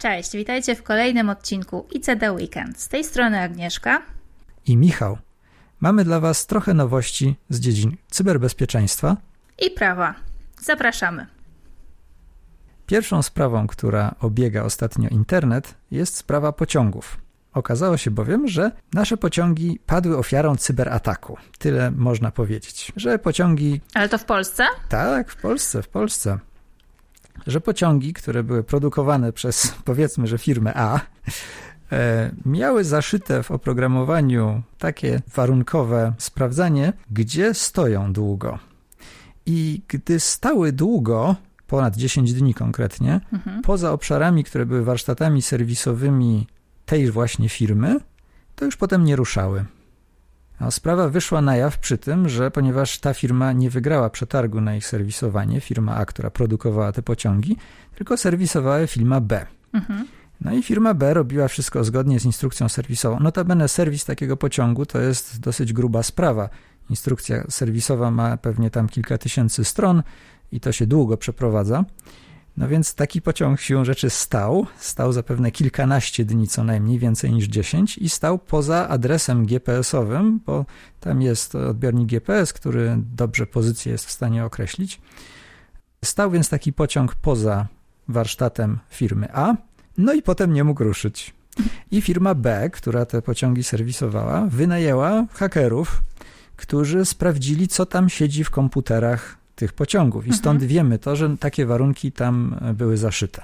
Cześć, witajcie w kolejnym odcinku ICD Weekend. Z tej strony Agnieszka i Michał. Mamy dla Was trochę nowości z dziedzin cyberbezpieczeństwa i prawa. Zapraszamy. Pierwszą sprawą, która obiega ostatnio internet, jest sprawa pociągów. Okazało się bowiem, że nasze pociągi padły ofiarą cyberataku. Tyle można powiedzieć, że pociągi... Ale to w Polsce? Tak, w Polsce. Że pociągi, które były produkowane przez, powiedzmy, że firmę A, miały zaszyte w oprogramowaniu takie warunkowe sprawdzanie, gdzie stoją długo. I gdy stały długo, ponad 10 dni konkretnie, poza obszarami, które były warsztatami serwisowymi tej właśnie firmy, to już potem nie ruszały. A sprawa wyszła na jaw przy tym, że ponieważ ta firma nie wygrała przetargu na ich serwisowanie, firma A, która produkowała te pociągi, tylko serwisowała firma B. No i firma B robiła wszystko zgodnie z instrukcją serwisową. Notabene serwis takiego pociągu to jest dosyć gruba sprawa. Instrukcja serwisowa ma pewnie tam kilka tysięcy stron i to się długo przeprowadza. No więc taki pociąg siłą rzeczy stał zapewne kilkanaście dni, co najmniej więcej niż 10 i stał poza adresem GPS-owym, bo tam jest odbiornik GPS, który dobrze pozycję jest w stanie określić. Stał więc taki pociąg poza warsztatem firmy A, no i potem nie mógł ruszyć. I firma B, która te pociągi serwisowała, wynajęła hakerów, którzy sprawdzili, co tam siedzi w komputerach tych pociągów. I stąd wiemy to, że takie warunki tam były zaszyte.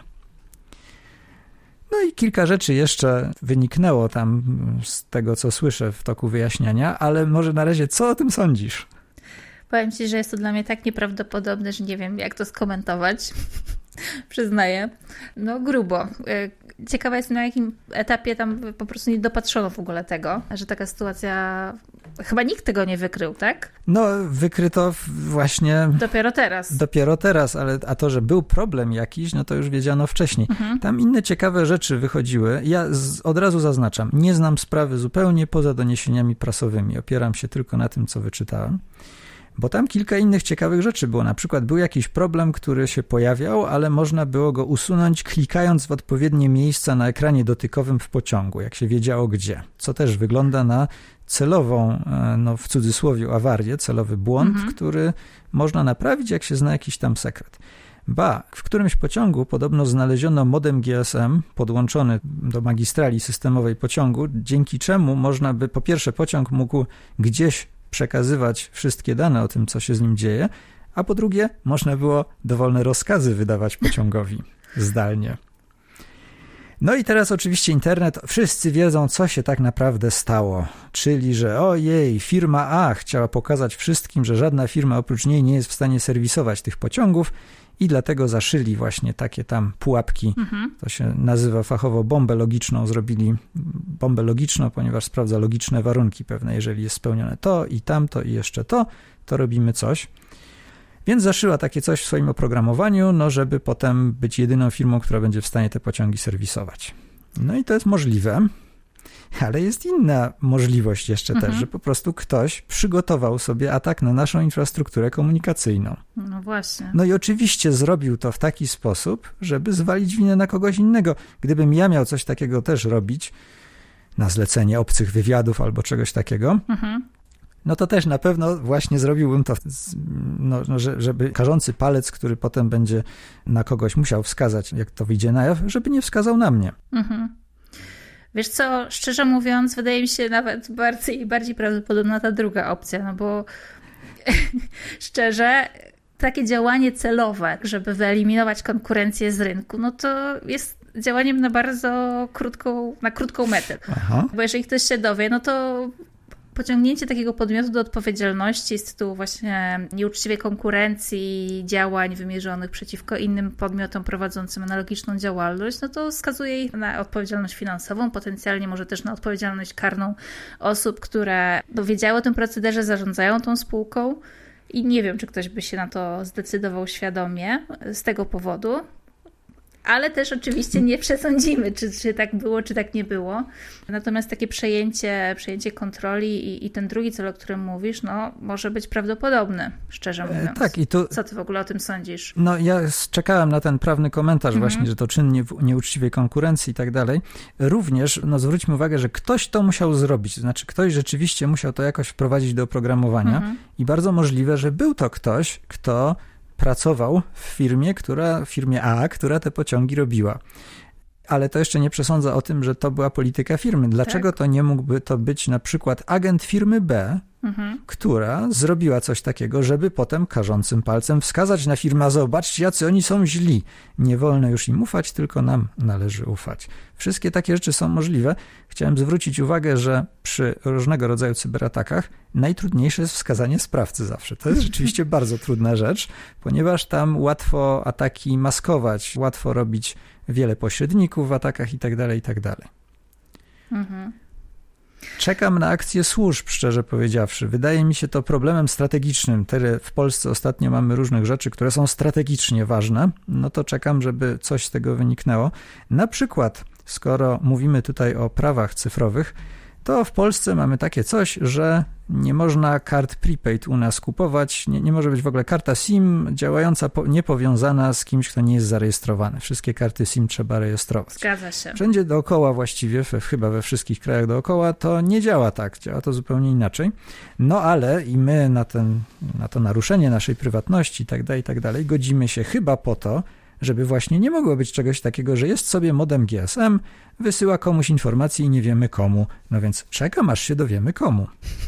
No i kilka rzeczy jeszcze wyniknęło tam z tego, co słyszę w toku wyjaśniania, ale może na razie, co o tym sądzisz? Powiem Ci, że jest to dla mnie tak nieprawdopodobne, że nie wiem, jak to skomentować. Przyznaję. No grubo. Ciekawa jestem, na jakim etapie tam po prostu nie dopatrzono w ogóle tego, że taka sytuacja... Chyba nikt tego nie wykrył, tak? No, wykryto właśnie... Dopiero teraz, a to, że był problem jakiś, no to już wiedziano wcześniej. Tam inne ciekawe rzeczy wychodziły. Ja od razu zaznaczam, nie znam sprawy zupełnie poza doniesieniami prasowymi. Opieram się tylko na tym, co wyczytałem. Bo tam kilka innych ciekawych rzeczy było. Na przykład był jakiś problem, który się pojawiał, ale można było go usunąć klikając w odpowiednie miejsca na ekranie dotykowym w pociągu, jak się wiedziało gdzie. Co też wygląda na celową, no w cudzysłowie awarię, celowy błąd, który można naprawić, jak się zna jakiś tam sekret. W którymś pociągu podobno znaleziono modem GSM podłączony do magistrali systemowej pociągu, dzięki czemu można by, po pierwsze, pociąg mógł gdzieś przekazywać wszystkie dane o tym, co się z nim dzieje, a po drugie, można było dowolne rozkazy wydawać pociągowi zdalnie. No i teraz oczywiście internet, wszyscy wiedzą, co się tak naprawdę stało, czyli, że ojej, firma A chciała pokazać wszystkim, że żadna firma oprócz niej nie jest w stanie serwisować tych pociągów i dlatego zaszyli właśnie takie tam pułapki, to się nazywa fachowo bombę logiczną, zrobili bombę logiczną, ponieważ sprawdza logiczne warunki pewne, jeżeli jest spełnione to i tamto i jeszcze to robimy coś. Więc zaszyła takie coś w swoim oprogramowaniu, no żeby potem być jedyną firmą, która będzie w stanie te pociągi serwisować. No i to jest możliwe, ale jest inna możliwość jeszcze też, że po prostu ktoś przygotował sobie atak na naszą infrastrukturę komunikacyjną. No właśnie. No i oczywiście zrobił to w taki sposób, żeby zwalić winę na kogoś innego. Gdybym ja miał coś takiego też robić, na zlecenie obcych wywiadów albo czegoś takiego, no to też na pewno właśnie zrobiłbym to, żeby karzący palec, który potem będzie na kogoś musiał wskazać, jak to wyjdzie na jaw, żeby nie wskazał na mnie. Wiesz co, szczerze mówiąc, wydaje mi się nawet bardziej prawdopodobna ta druga opcja, no bo szczerze, takie działanie celowe, żeby wyeliminować konkurencję z rynku, no to jest działaniem na bardzo krótką metę. Bo jeżeli ktoś się dowie, no to pociągnięcie takiego podmiotu do odpowiedzialności z tytułu właśnie nieuczciwej konkurencji, działań wymierzonych przeciwko innym podmiotom prowadzącym analogiczną działalność, no to skazuje ich na odpowiedzialność finansową, potencjalnie może też na odpowiedzialność karną osób, które wiedziały o tym procederze, zarządzają tą spółką i nie wiem, czy ktoś by się na to zdecydował świadomie z tego powodu. Ale też oczywiście nie przesądzimy, czy tak było, czy tak nie było. Natomiast takie przejęcie kontroli i ten drugi cel, o którym mówisz, no może być prawdopodobny, szczerze mówiąc. Tak, i tu... Co ty w ogóle o tym sądzisz? No ja czekałem na ten prawny komentarz właśnie, że to czyn nieuczciwej konkurencji i tak dalej. Również, no zwróćmy uwagę, że ktoś to musiał zrobić, to znaczy ktoś rzeczywiście musiał to jakoś wprowadzić do oprogramowania i bardzo możliwe, że był to ktoś, kto pracował w firmie A, która te pociągi robiła. Ale to jeszcze nie przesądza o tym, że to była polityka firmy. Dlaczego to nie mógłby to być na przykład agent firmy B, która zrobiła coś takiego, żeby potem karzącym palcem wskazać na firmę, a zobaczcie, jacy oni są źli. Nie wolno już im ufać, tylko nam należy ufać. Wszystkie takie rzeczy są możliwe. Chciałem zwrócić uwagę, że przy różnego rodzaju cyberatakach najtrudniejsze jest wskazanie sprawcy zawsze. To jest rzeczywiście bardzo trudna rzecz, ponieważ tam łatwo ataki maskować, łatwo robić wiele pośredników w atakach i tak dalej, i tak dalej. Czekam na akcję służb, szczerze powiedziawszy. Wydaje mi się to problemem strategicznym. W Polsce ostatnio mamy różnych rzeczy, które są strategicznie ważne. No to czekam, żeby coś z tego wyniknęło. Na przykład, skoro mówimy tutaj o prawach cyfrowych, to w Polsce mamy takie coś, że nie można kart prepaid u nas kupować, nie może być w ogóle karta SIM działająca, niepowiązana z kimś, kto nie jest zarejestrowany. Wszystkie karty SIM trzeba rejestrować. Zgadza się. Wszędzie dookoła właściwie, chyba we wszystkich krajach dookoła, to nie działa tak, działa to zupełnie inaczej. No ale i my na to naruszenie naszej prywatności i tak dalej, godzimy się chyba po to, żeby właśnie nie mogło być czegoś takiego, że jest sobie modem GSM, wysyła komuś informacje i nie wiemy komu. No więc czekam, aż się dowiemy komu.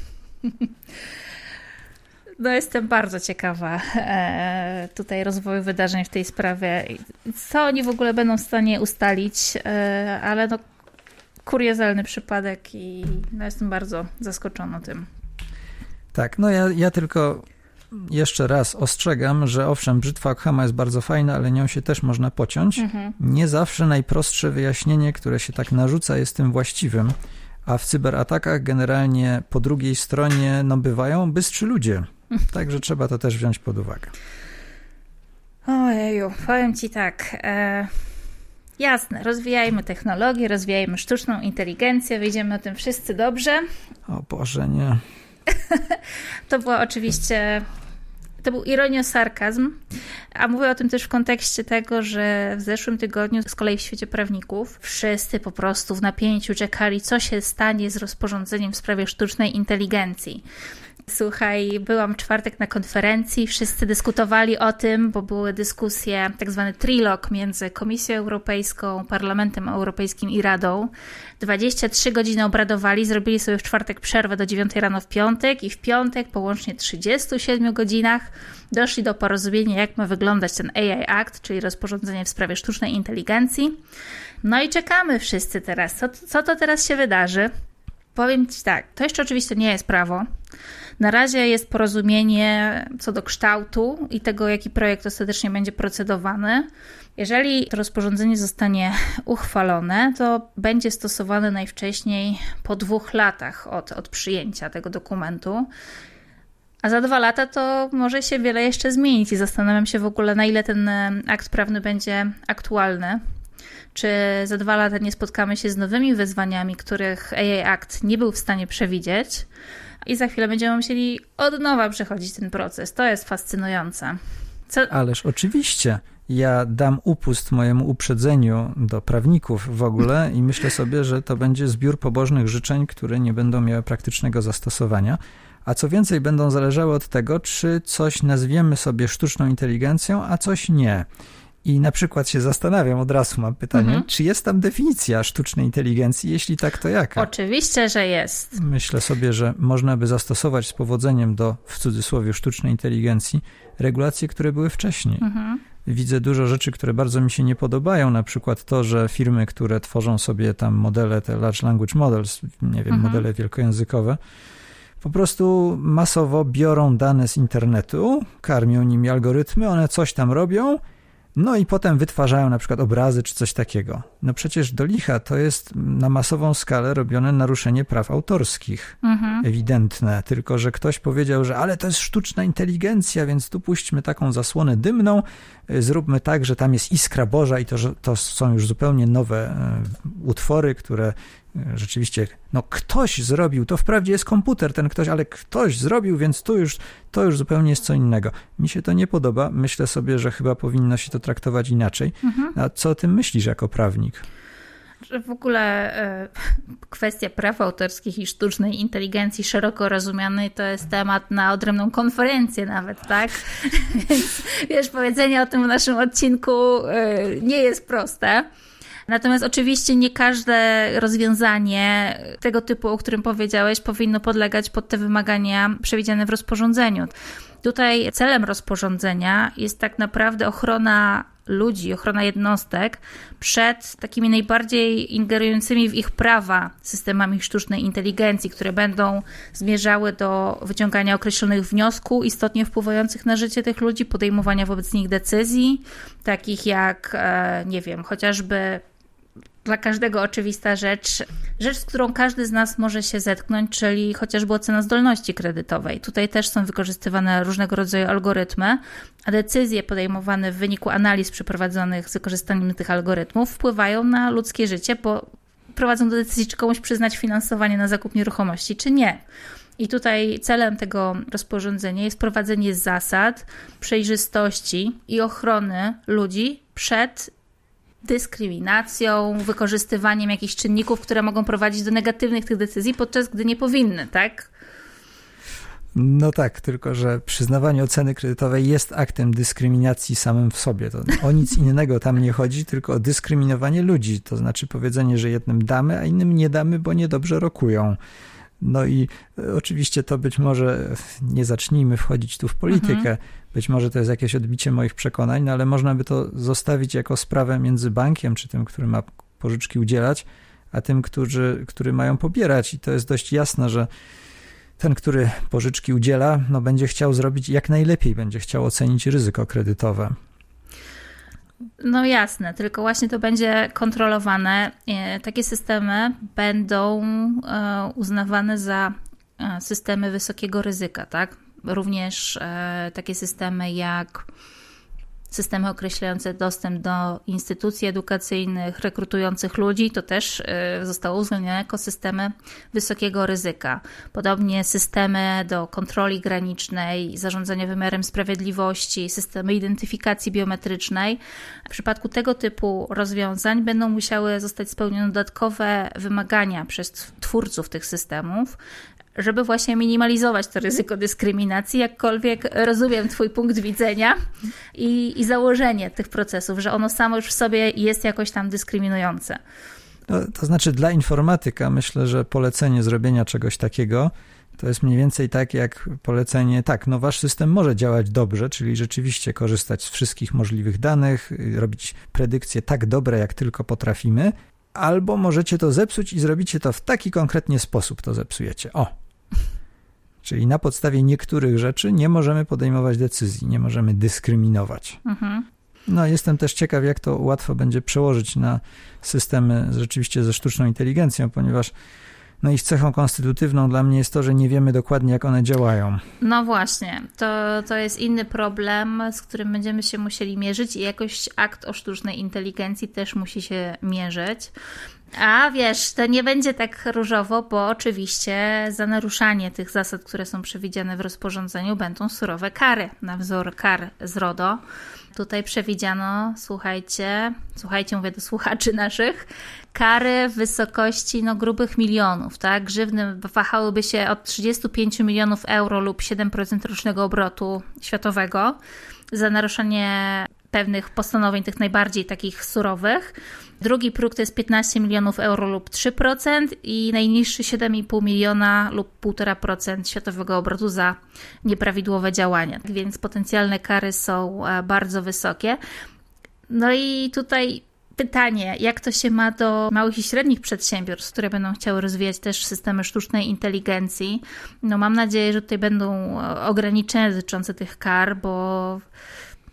No jestem bardzo ciekawa tutaj rozwoju wydarzeń w tej sprawie. Co oni w ogóle będą w stanie ustalić, ale no kuriozalny przypadek i no jestem bardzo zaskoczona tym. Tak, no ja tylko jeszcze raz ostrzegam, że owszem, brzytwa Ockhama jest bardzo fajna, ale nią się też można pociąć. Nie zawsze najprostsze wyjaśnienie, które się tak narzuca, jest tym właściwym, a w cyberatakach generalnie po drugiej stronie bywają bystrzy ludzie. Także trzeba to też wziąć pod uwagę. Ojeju, powiem ci tak. Jasne, rozwijajmy technologię, rozwijajmy sztuczną inteligencję, wyjdziemy o tym wszyscy dobrze. O Boże, nie. To był ironio-sarkazm, a mówię o tym też w kontekście tego, że w zeszłym tygodniu z kolei w świecie prawników wszyscy po prostu w napięciu czekali, co się stanie z rozporządzeniem w sprawie sztucznej inteligencji. Słuchaj, byłam w czwartek na konferencji, wszyscy dyskutowali o tym, bo były dyskusje, tak zwany trilog między Komisją Europejską, Parlamentem Europejskim i Radą. 23 godziny obradowali, zrobili sobie w czwartek przerwę do 9 rano w piątek i w piątek po łącznie 37 godzinach doszli do porozumienia, jak ma wyglądać ten AI Act, czyli rozporządzenie w sprawie sztucznej inteligencji. No i czekamy wszyscy teraz. Co to teraz się wydarzy? Powiem ci tak, to jeszcze oczywiście nie jest prawo. Na razie jest porozumienie co do kształtu i tego, jaki projekt ostatecznie będzie procedowany. Jeżeli to rozporządzenie zostanie uchwalone, to będzie stosowane najwcześniej po 2 latach od przyjęcia tego dokumentu. A za 2 lata to może się wiele jeszcze zmienić i zastanawiam się w ogóle, na ile ten akt prawny będzie aktualny. Czy za 2 lata nie spotkamy się z nowymi wyzwaniami, których AI Act nie był w stanie przewidzieć i za chwilę będziemy musieli od nowa przechodzić ten proces. To jest fascynujące. Ależ oczywiście. Ja dam upust mojemu uprzedzeniu do prawników w ogóle i myślę sobie, że to będzie zbiór pobożnych życzeń, które nie będą miały praktycznego zastosowania. A co więcej, będą zależały od tego, czy coś nazwiemy sobie sztuczną inteligencją, a coś nie. I na przykład się zastanawiam, od razu mam pytanie, czy jest tam definicja sztucznej inteligencji? Jeśli tak, to jaka? Oczywiście, że jest. Myślę sobie, że można by zastosować z powodzeniem do, w cudzysłowie, sztucznej inteligencji regulacje, które były wcześniej. Widzę dużo rzeczy, które bardzo mi się nie podobają, na przykład to, że firmy, które tworzą sobie tam modele, te large language models, nie wiem, modele wielkojęzykowe, po prostu masowo biorą dane z internetu, karmią nimi algorytmy, one coś tam robią, No i potem wytwarzają na przykład obrazy czy coś takiego. No przecież do licha to jest na masową skalę robione naruszenie praw autorskich. Ewidentne. Tylko że ktoś powiedział, że ale to jest sztuczna inteligencja, więc tu puśćmy taką zasłonę dymną, zróbmy tak, że tam jest iskra Boża i to są już zupełnie nowe utwory, które rzeczywiście, no ktoś zrobił, to wprawdzie jest komputer ten ktoś, ale ktoś zrobił, więc to już zupełnie jest co innego. Mi się to nie podoba, myślę sobie, że chyba powinno się to traktować inaczej. A co o tym myślisz jako prawnik? Że w ogóle kwestia praw autorskich i sztucznej inteligencji szeroko rozumianej to jest temat na odrębną konferencję nawet, tak? Więc wiesz, powiedzenie o tym w naszym odcinku nie jest proste. Natomiast oczywiście nie każde rozwiązanie tego typu, o którym powiedziałeś, powinno podlegać pod te wymagania przewidziane w rozporządzeniu. Tutaj celem rozporządzenia jest tak naprawdę ochrona ludzi, ochrona jednostek przed takimi najbardziej ingerującymi w ich prawa systemami sztucznej inteligencji, które będą zmierzały do wyciągania określonych wniosków istotnie wpływających na życie tych ludzi, podejmowania wobec nich decyzji, takich jak, nie wiem, chociażby dla każdego oczywista rzecz, z którą każdy z nas może się zetknąć, czyli chociażby ocena zdolności kredytowej. Tutaj też są wykorzystywane różnego rodzaju algorytmy, a decyzje podejmowane w wyniku analiz przeprowadzonych z wykorzystaniem tych algorytmów wpływają na ludzkie życie, bo prowadzą do decyzji, czy komuś przyznać finansowanie na zakup nieruchomości, czy nie. I tutaj celem tego rozporządzenia jest wprowadzenie zasad przejrzystości i ochrony ludzi przed dyskryminacją, wykorzystywaniem jakichś czynników, które mogą prowadzić do negatywnych tych decyzji, podczas gdy nie powinny, tak? No tak, tylko że przyznawanie oceny kredytowej jest aktem dyskryminacji samym w sobie. To o nic innego tam nie chodzi, tylko o dyskryminowanie ludzi. To znaczy powiedzenie, że jednym damy, a innym nie damy, bo niedobrze rokują. No i oczywiście to być może, nie zacznijmy wchodzić tu w politykę, być może to jest jakieś odbicie moich przekonań, no ale można by to zostawić jako sprawę między bankiem, czy tym, który ma pożyczki udzielać, a tym, który mają pobierać. I to jest dość jasne, że ten, który pożyczki udziela, no będzie chciał zrobić jak najlepiej, będzie chciał ocenić ryzyko kredytowe. No jasne, tylko właśnie to będzie kontrolowane. Takie systemy będą uznawane za systemy wysokiego ryzyka, tak? Również takie systemy jak systemy określające dostęp do instytucji edukacyjnych, rekrutujących ludzi, to też zostało uwzględnione jako systemy wysokiego ryzyka. Podobnie systemy do kontroli granicznej, zarządzania wymiarem sprawiedliwości, systemy identyfikacji biometrycznej. W przypadku tego typu rozwiązań będą musiały zostać spełnione dodatkowe wymagania przez twórców tych systemów, żeby właśnie minimalizować to ryzyko dyskryminacji, jakkolwiek rozumiem Twój punkt widzenia i założenie tych procesów, że ono samo już w sobie jest jakoś tam dyskryminujące. No, to znaczy dla informatyka myślę, że polecenie zrobienia czegoś takiego to jest mniej więcej tak jak polecenie, tak, no wasz system może działać dobrze, czyli rzeczywiście korzystać z wszystkich możliwych danych, robić predykcje tak dobre, jak tylko potrafimy, albo możecie to zepsuć i zrobicie to w taki konkretnie sposób, to zepsujecie. O! Czyli na podstawie niektórych rzeczy nie możemy podejmować decyzji, nie możemy dyskryminować. No, jestem też ciekaw, jak to łatwo będzie przełożyć na systemy rzeczywiście ze sztuczną inteligencją, ponieważ no ich cechą konstytutywną dla mnie jest to, że nie wiemy dokładnie, jak one działają. No właśnie, to jest inny problem, z którym będziemy się musieli mierzyć i jakoś akt o sztucznej inteligencji też musi się mierzyć. A wiesz, to nie będzie tak różowo, bo oczywiście za naruszanie tych zasad, które są przewidziane w rozporządzeniu, będą surowe kary, na wzór kar z RODO. Tutaj przewidziano, słuchajcie, mówię do słuchaczy naszych, kary w wysokości grubych milionów, tak? Grzywny wahałyby się od 35 milionów euro lub 7% rocznego obrotu światowego za naruszenie pewnych postanowień, tych najbardziej takich surowych. Drugi próg to jest 15 milionów euro lub 3% i najniższy 7,5 miliona lub 1,5% światowego obrotu za nieprawidłowe działania. Więc potencjalne kary są bardzo wysokie. No i tutaj pytanie, jak to się ma do małych i średnich przedsiębiorstw, które będą chciały rozwijać też systemy sztucznej inteligencji. No mam nadzieję, że tutaj będą ograniczenia dotyczące tych kar, bo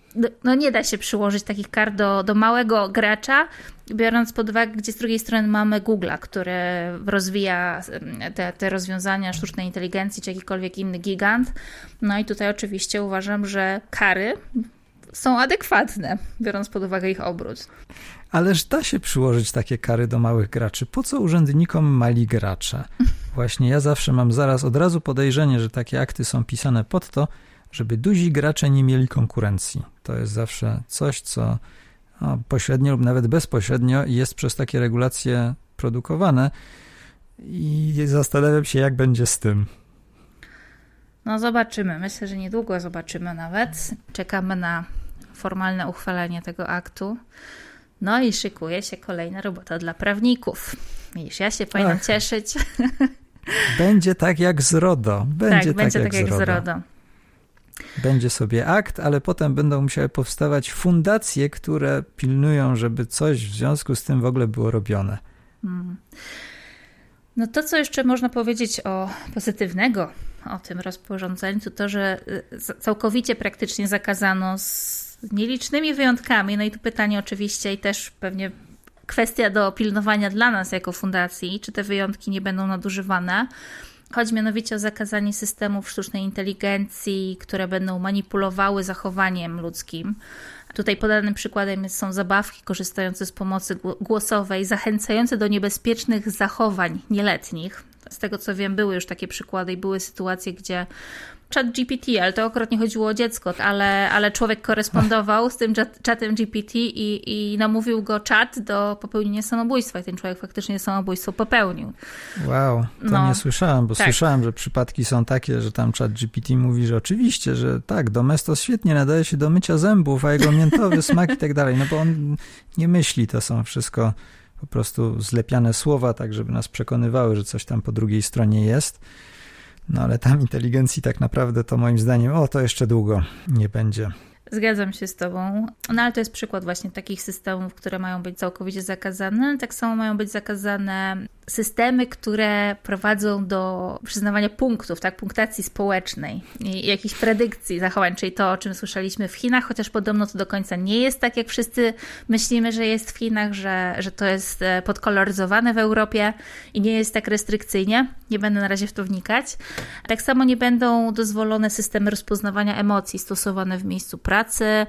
no nie da się przyłożyć takich kar do małego gracza, biorąc pod uwagę, gdzie z drugiej strony mamy Google'a, który rozwija te rozwiązania sztucznej inteligencji, czy jakikolwiek inny gigant. No i tutaj oczywiście uważam, że kary są adekwatne, biorąc pod uwagę ich obrót. Ależ da się przyłożyć takie kary do małych graczy. Po co urzędnikom mali gracze? Właśnie ja zawsze mam od razu podejrzenie, że takie akty są pisane pod to, żeby duzi gracze nie mieli konkurencji. To jest zawsze coś, co pośrednio lub nawet bezpośrednio jest przez takie regulacje produkowane i zastanawiam się, jak będzie z tym. No zobaczymy. Myślę, że niedługo zobaczymy nawet. Czekamy na formalne uchwalenie tego aktu. No i szykuje się kolejna robota dla prawników. Widzisz, ja się powinnam cieszyć. Będzie tak jak z RODO. Będzie tak jak z RODO. Będzie sobie akt, ale potem będą musiały powstawać fundacje, które pilnują, żeby coś w związku z tym w ogóle było robione. No to, co jeszcze można powiedzieć pozytywnego o tym rozporządzeniu, to, że całkowicie praktycznie zakazano z nielicznymi wyjątkami. No i tu pytanie oczywiście i też pewnie kwestia do pilnowania dla nas jako fundacji, czy te wyjątki nie będą nadużywane. Chodzi mianowicie o zakazanie systemów sztucznej inteligencji, które będą manipulowały zachowaniem ludzkim. Tutaj podanym przykładem są zabawki korzystające z pomocy głosowej, zachęcające do niebezpiecznych zachowań nieletnich. Z tego co wiem, były już takie przykłady i były sytuacje, gdzie ChatGPT, ale to akurat nie chodziło o dziecko, ale człowiek korespondował z tym czatem GPT i namówił go czat do popełnienia samobójstwa i ten człowiek faktycznie samobójstwo popełnił. Wow, to nie słyszałem, bo słyszałem, że przypadki są takie, że tam ChatGPT mówi, że oczywiście, że tak, Domestos świetnie nadaje się do mycia zębów, a jego miętowy smak i tak dalej, no bo on nie myśli, to są wszystko po prostu zlepiane słowa, tak żeby nas przekonywały, że coś tam po drugiej stronie jest. No ale tam inteligencji tak naprawdę to moim zdaniem, to jeszcze długo nie będzie. Zgadzam się z tobą. No ale to jest przykład właśnie takich systemów, które mają być całkowicie zakazane. Tak samo mają być zakazane systemy, które prowadzą do przyznawania punktów, tak, punktacji społecznej i jakichś predykcji zachowań, czyli to, o czym słyszeliśmy w Chinach, chociaż podobno to do końca nie jest tak, jak wszyscy myślimy, że jest w Chinach, że to jest podkoloryzowane w Europie i nie jest tak restrykcyjnie. Nie będę na razie w to wnikać. Tak samo nie będą dozwolone systemy rozpoznawania emocji stosowane w miejscu pracy,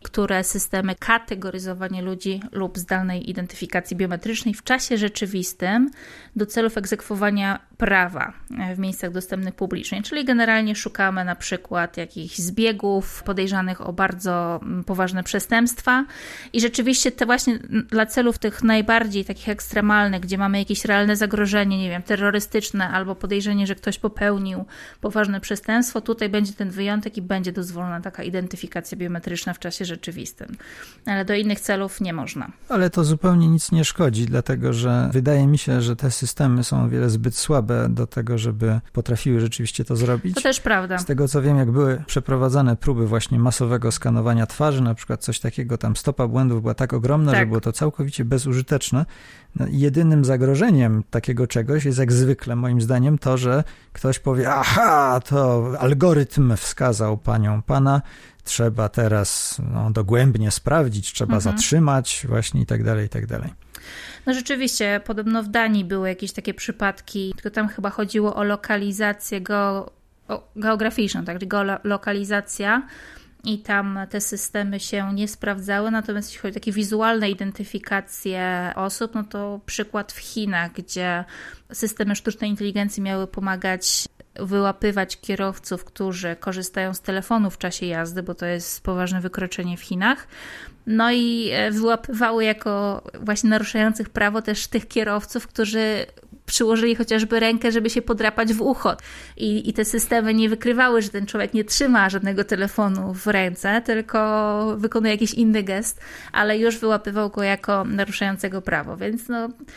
systemy kategoryzowania ludzi lub zdalnej identyfikacji biometrycznej w czasie rzeczywistym do celów egzekwowania prawa w miejscach dostępnych publicznie. Czyli generalnie szukamy na przykład jakichś zbiegów podejrzanych o bardzo poważne przestępstwa i rzeczywiście te właśnie dla celów tych najbardziej takich ekstremalnych, gdzie mamy jakieś realne zagrożenie, nie wiem, terrorystyczne albo podejrzenie, że ktoś popełnił poważne przestępstwo, tutaj będzie ten wyjątek i będzie dozwolona taka identyfikacja biometryczna w czasie rzeczywistym. Ale do innych celów nie można. Ale to zupełnie nic nie szkodzi, dlatego że wydaje mi się, że te systemy są o wiele zbyt słabe do tego, żeby potrafiły rzeczywiście to zrobić. To też prawda. Z tego co wiem, jak były przeprowadzane próby właśnie masowego skanowania twarzy, na przykład coś takiego, tam stopa błędów była tak ogromna, że było to całkowicie bezużyteczne. No, jedynym zagrożeniem takiego czegoś jest jak zwykle moim zdaniem to, że ktoś powie, aha, to algorytm wskazał pana, trzeba teraz dogłębnie sprawdzić, trzeba zatrzymać właśnie i tak dalej, i tak dalej. No rzeczywiście, podobno w Danii były jakieś takie przypadki, tylko tam chyba chodziło o lokalizację geograficzną, tak, geolokalizacja i tam te systemy się nie sprawdzały, natomiast jeśli chodzi o takie wizualne identyfikacje osób, no to przykład w Chinach, gdzie systemy sztucznej inteligencji miały pomagać wyłapywać kierowców, którzy korzystają z telefonu w czasie jazdy, bo to jest poważne wykroczenie w Chinach. No i wyłapywały jako właśnie naruszających prawo też tych kierowców, którzy przyłożyli chociażby rękę, żeby się podrapać w ucho. I te systemy nie wykrywały, że ten człowiek nie trzyma żadnego telefonu w ręce, tylko wykonuje jakiś inny gest, ale już wyłapywał go jako naruszającego prawo. Więc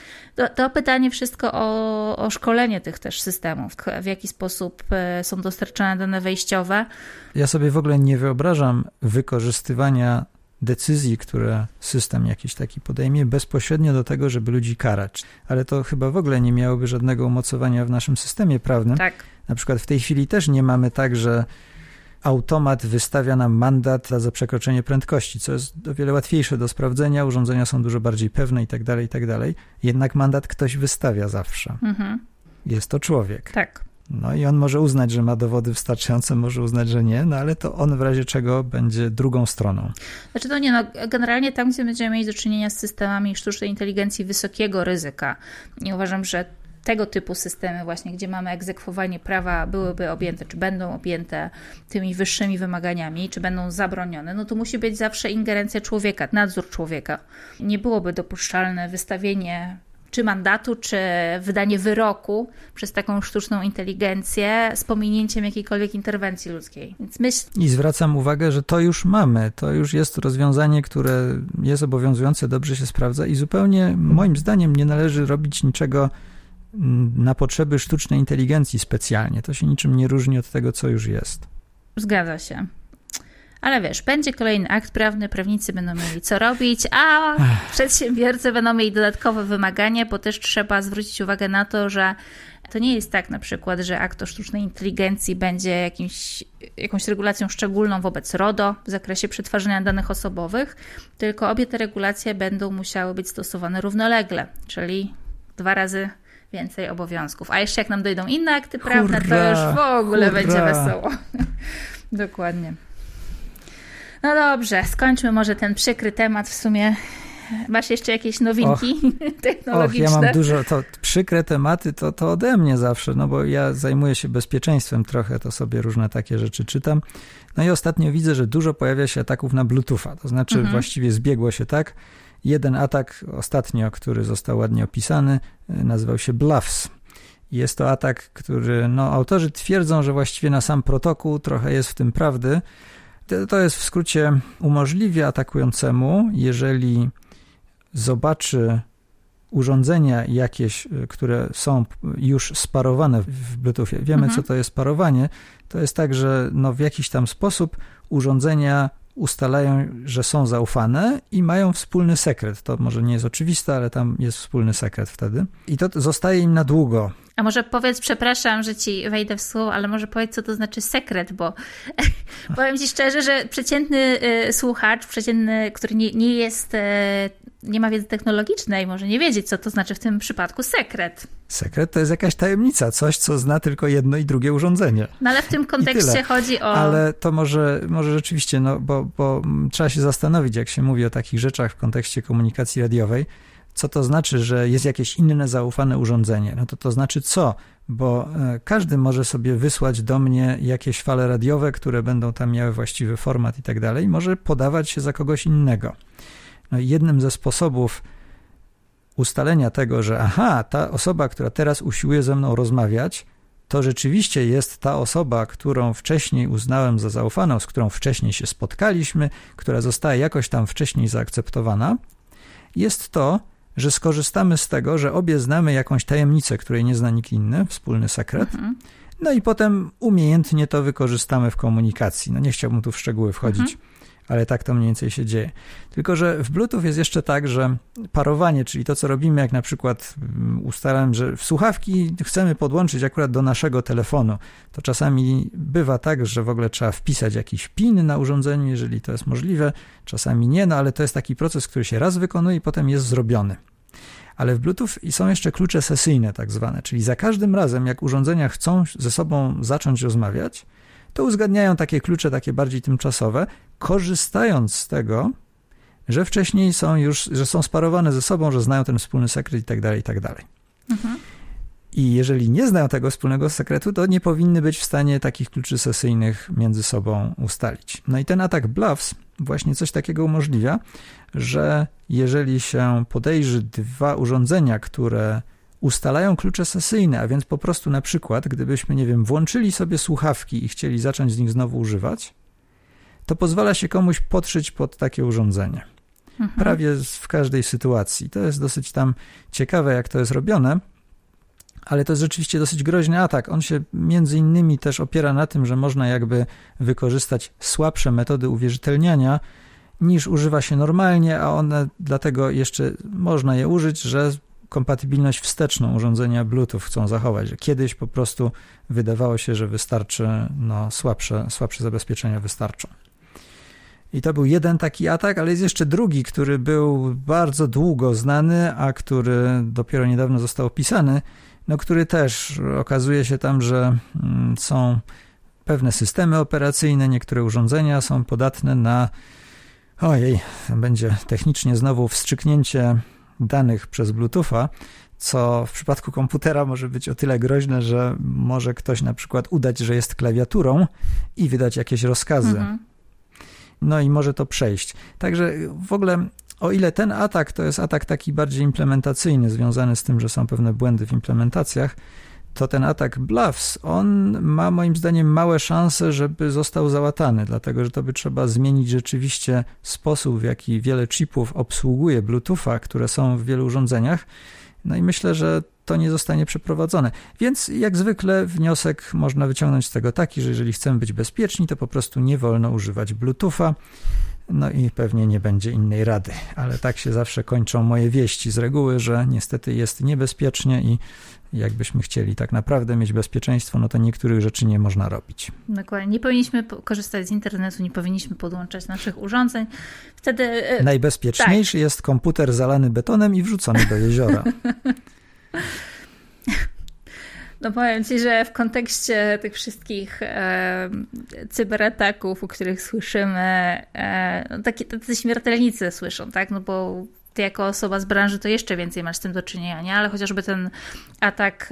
to pytanie wszystko o szkolenie tych też systemów, w jaki sposób są dostarczane dane wejściowe. Ja sobie w ogóle nie wyobrażam wykorzystywania decyzji, które system jakiś taki podejmie bezpośrednio do tego, żeby ludzi karać. Ale to chyba w ogóle nie miałoby żadnego umocowania w naszym systemie prawnym. Tak. Na przykład w tej chwili też nie mamy tak, że automat wystawia nam mandat za przekroczenie prędkości, co jest o wiele łatwiejsze do sprawdzenia, urządzenia są dużo bardziej pewne i tak dalej. Jednak mandat ktoś wystawia zawsze. Jest to człowiek. Tak. No i on może uznać, że ma dowody wystarczające, może uznać, że nie, no ale to on w razie czego będzie drugą stroną. Znaczy to nie, no generalnie tam, gdzie będziemy mieli do czynienia z systemami sztucznej inteligencji wysokiego ryzyka, i uważam, że tego typu systemy właśnie, gdzie mamy egzekwowanie prawa, byłyby objęte, czy będą objęte tymi wyższymi wymaganiami, czy będą zabronione, no to musi być zawsze ingerencja człowieka, nadzór człowieka. Nie byłoby dopuszczalne wystawienie czy mandatu, czy wydanie wyroku przez taką sztuczną inteligencję z pominięciem jakiejkolwiek interwencji ludzkiej. Więc I zwracam uwagę, że to już mamy. To już jest rozwiązanie, które jest obowiązujące, dobrze się sprawdza i zupełnie moim zdaniem nie należy robić niczego na potrzeby sztucznej inteligencji specjalnie. To się niczym nie różni od tego, co już jest. Zgadza się. Ale wiesz, będzie kolejny akt prawny, prawnicy będą mieli co robić, a przedsiębiorcy będą mieli dodatkowe wymagania, bo też trzeba zwrócić uwagę na to, że to nie jest tak na przykład, że akt o sztucznej inteligencji będzie jakąś regulacją szczególną wobec RODO w zakresie przetwarzania danych osobowych, tylko obie te regulacje będą musiały być stosowane równolegle, czyli 2 razy więcej obowiązków. A jeszcze jak nam dojdą inne akty prawne, to już w ogóle będzie wesoło. Dokładnie. No dobrze, skończmy może ten przykry temat w sumie. Masz jeszcze jakieś nowinki technologiczne? Ja mam dużo, to przykre tematy to ode mnie zawsze, no bo ja zajmuję się bezpieczeństwem trochę, to sobie różne takie rzeczy czytam. No i ostatnio widzę, że dużo pojawia się ataków na Bluetootha, to znaczy właściwie zbiegło się tak. Jeden atak ostatnio, który został ładnie opisany, nazywał się Bluffs. Jest to atak, który autorzy twierdzą, że właściwie na sam protokół trochę jest w tym prawdy. To jest w skrócie umożliwia atakującemu, jeżeli zobaczy urządzenia jakieś, które są już sparowane w Bluetoothie. Wiemy, co to jest parowanie. To jest tak, że w jakiś tam sposób urządzenia ustalają, że są zaufane i mają wspólny sekret. To może nie jest oczywiste, ale tam jest wspólny sekret wtedy. I to zostaje im na długo. A może powiedz, przepraszam, że ci wejdę w słowo, ale może powiedz, co to znaczy sekret, bo powiem ci szczerze, że przeciętny słuchacz, który nie ma wiedzy technologicznej, może nie wiedzieć, co to znaczy w tym przypadku sekret. Sekret to jest jakaś tajemnica, coś, co zna tylko jedno i drugie urządzenie. No ale w tym kontekście chodzi o... Ale to może rzeczywiście, bo trzeba się zastanowić, jak się mówi o takich rzeczach w kontekście komunikacji radiowej, co to znaczy, że jest jakieś inne zaufane urządzenie? No to znaczy co? Bo każdy może sobie wysłać do mnie jakieś fale radiowe, które będą tam miały właściwy format i tak dalej, może podawać się za kogoś innego. No i jednym ze sposobów ustalenia tego, że ta osoba, która teraz usiłuje ze mną rozmawiać, to rzeczywiście jest ta osoba, którą wcześniej uznałem za zaufaną, z którą wcześniej się spotkaliśmy, która została jakoś tam wcześniej zaakceptowana, jest to, że skorzystamy z tego, że obie znamy jakąś tajemnicę, której nie zna nikt inny, wspólny sekret, no i potem umiejętnie to wykorzystamy w komunikacji. Nie chciałbym tu w szczegóły wchodzić, ale tak to mniej więcej się dzieje. Tylko że w Bluetooth jest jeszcze tak, że parowanie, czyli to, co robimy, jak na przykład ustalałem, że w słuchawki chcemy podłączyć akurat do naszego telefonu, to czasami bywa tak, że w ogóle trzeba wpisać jakiś PIN na urządzeniu, jeżeli to jest możliwe, czasami nie, ale to jest taki proces, który się raz wykonuje i potem jest zrobiony. Ale w Bluetooth są jeszcze klucze sesyjne tak zwane, czyli za każdym razem, jak urządzenia chcą ze sobą zacząć rozmawiać, to uzgadniają takie klucze, takie bardziej tymczasowe, korzystając z tego, że wcześniej że są sparowane ze sobą, że znają ten wspólny sekret i tak dalej, i tak dalej. I jeżeli nie znają tego wspólnego sekretu, to nie powinny być w stanie takich kluczy sesyjnych między sobą ustalić. No i ten atak Bluffs właśnie coś takiego umożliwia, że jeżeli się podejrzy 2 urządzenia, które ustalają klucze sesyjne, a więc po prostu na przykład, gdybyśmy, włączyli sobie słuchawki i chcieli zacząć z nich znowu używać, to pozwala się komuś podszyć pod takie urządzenie. Prawie w każdej sytuacji. To jest dosyć tam ciekawe, jak to jest robione, ale to jest rzeczywiście dosyć groźny atak. On się między innymi też opiera na tym, że można jakby wykorzystać słabsze metody uwierzytelniania niż używa się normalnie, a one dlatego jeszcze można je użyć, że kompatybilność wsteczną urządzenia Bluetooth chcą zachować. Kiedyś po prostu wydawało się, że wystarczy, słabsze zabezpieczenia wystarczą. I to był jeden taki atak, ale jest jeszcze drugi, który był bardzo długo znany, a który dopiero niedawno został opisany, który też okazuje się tam, że są pewne systemy operacyjne, niektóre urządzenia są podatne na będzie technicznie znowu wstrzyknięcie danych przez Bluetootha, co w przypadku komputera może być o tyle groźne, że może ktoś na przykład udać, że jest klawiaturą i wydać jakieś rozkazy. No i może to przejść. Także w ogóle, o ile ten atak to jest atak taki bardziej implementacyjny, związany z tym, że są pewne błędy w implementacjach, to ten atak Bluffs, on ma moim zdaniem małe szanse, żeby został załatany, dlatego że to by trzeba zmienić rzeczywiście sposób, w jaki wiele chipów obsługuje Bluetootha, które są w wielu urządzeniach. No i myślę, że to nie zostanie przeprowadzone. Więc jak zwykle wniosek można wyciągnąć z tego taki, że jeżeli chcemy być bezpieczni, to po prostu nie wolno używać Bluetootha. No i pewnie nie będzie innej rady, ale tak się zawsze kończą moje wieści z reguły, że niestety jest niebezpiecznie i jakbyśmy chcieli tak naprawdę mieć bezpieczeństwo, no to niektórych rzeczy nie można robić. Dokładnie. Nie powinniśmy korzystać z internetu, nie powinniśmy podłączać naszych urządzeń. Wtedy... Najbezpieczniejszy jest komputer zalany betonem i wrzucony do jeziora. No powiem Ci, że w kontekście tych wszystkich cyberataków, o których słyszymy, tacy śmiertelnicy słyszą, tak? No bo ty jako osoba z branży to jeszcze więcej masz z tym do czynienia, nie? Ale chociażby ten atak,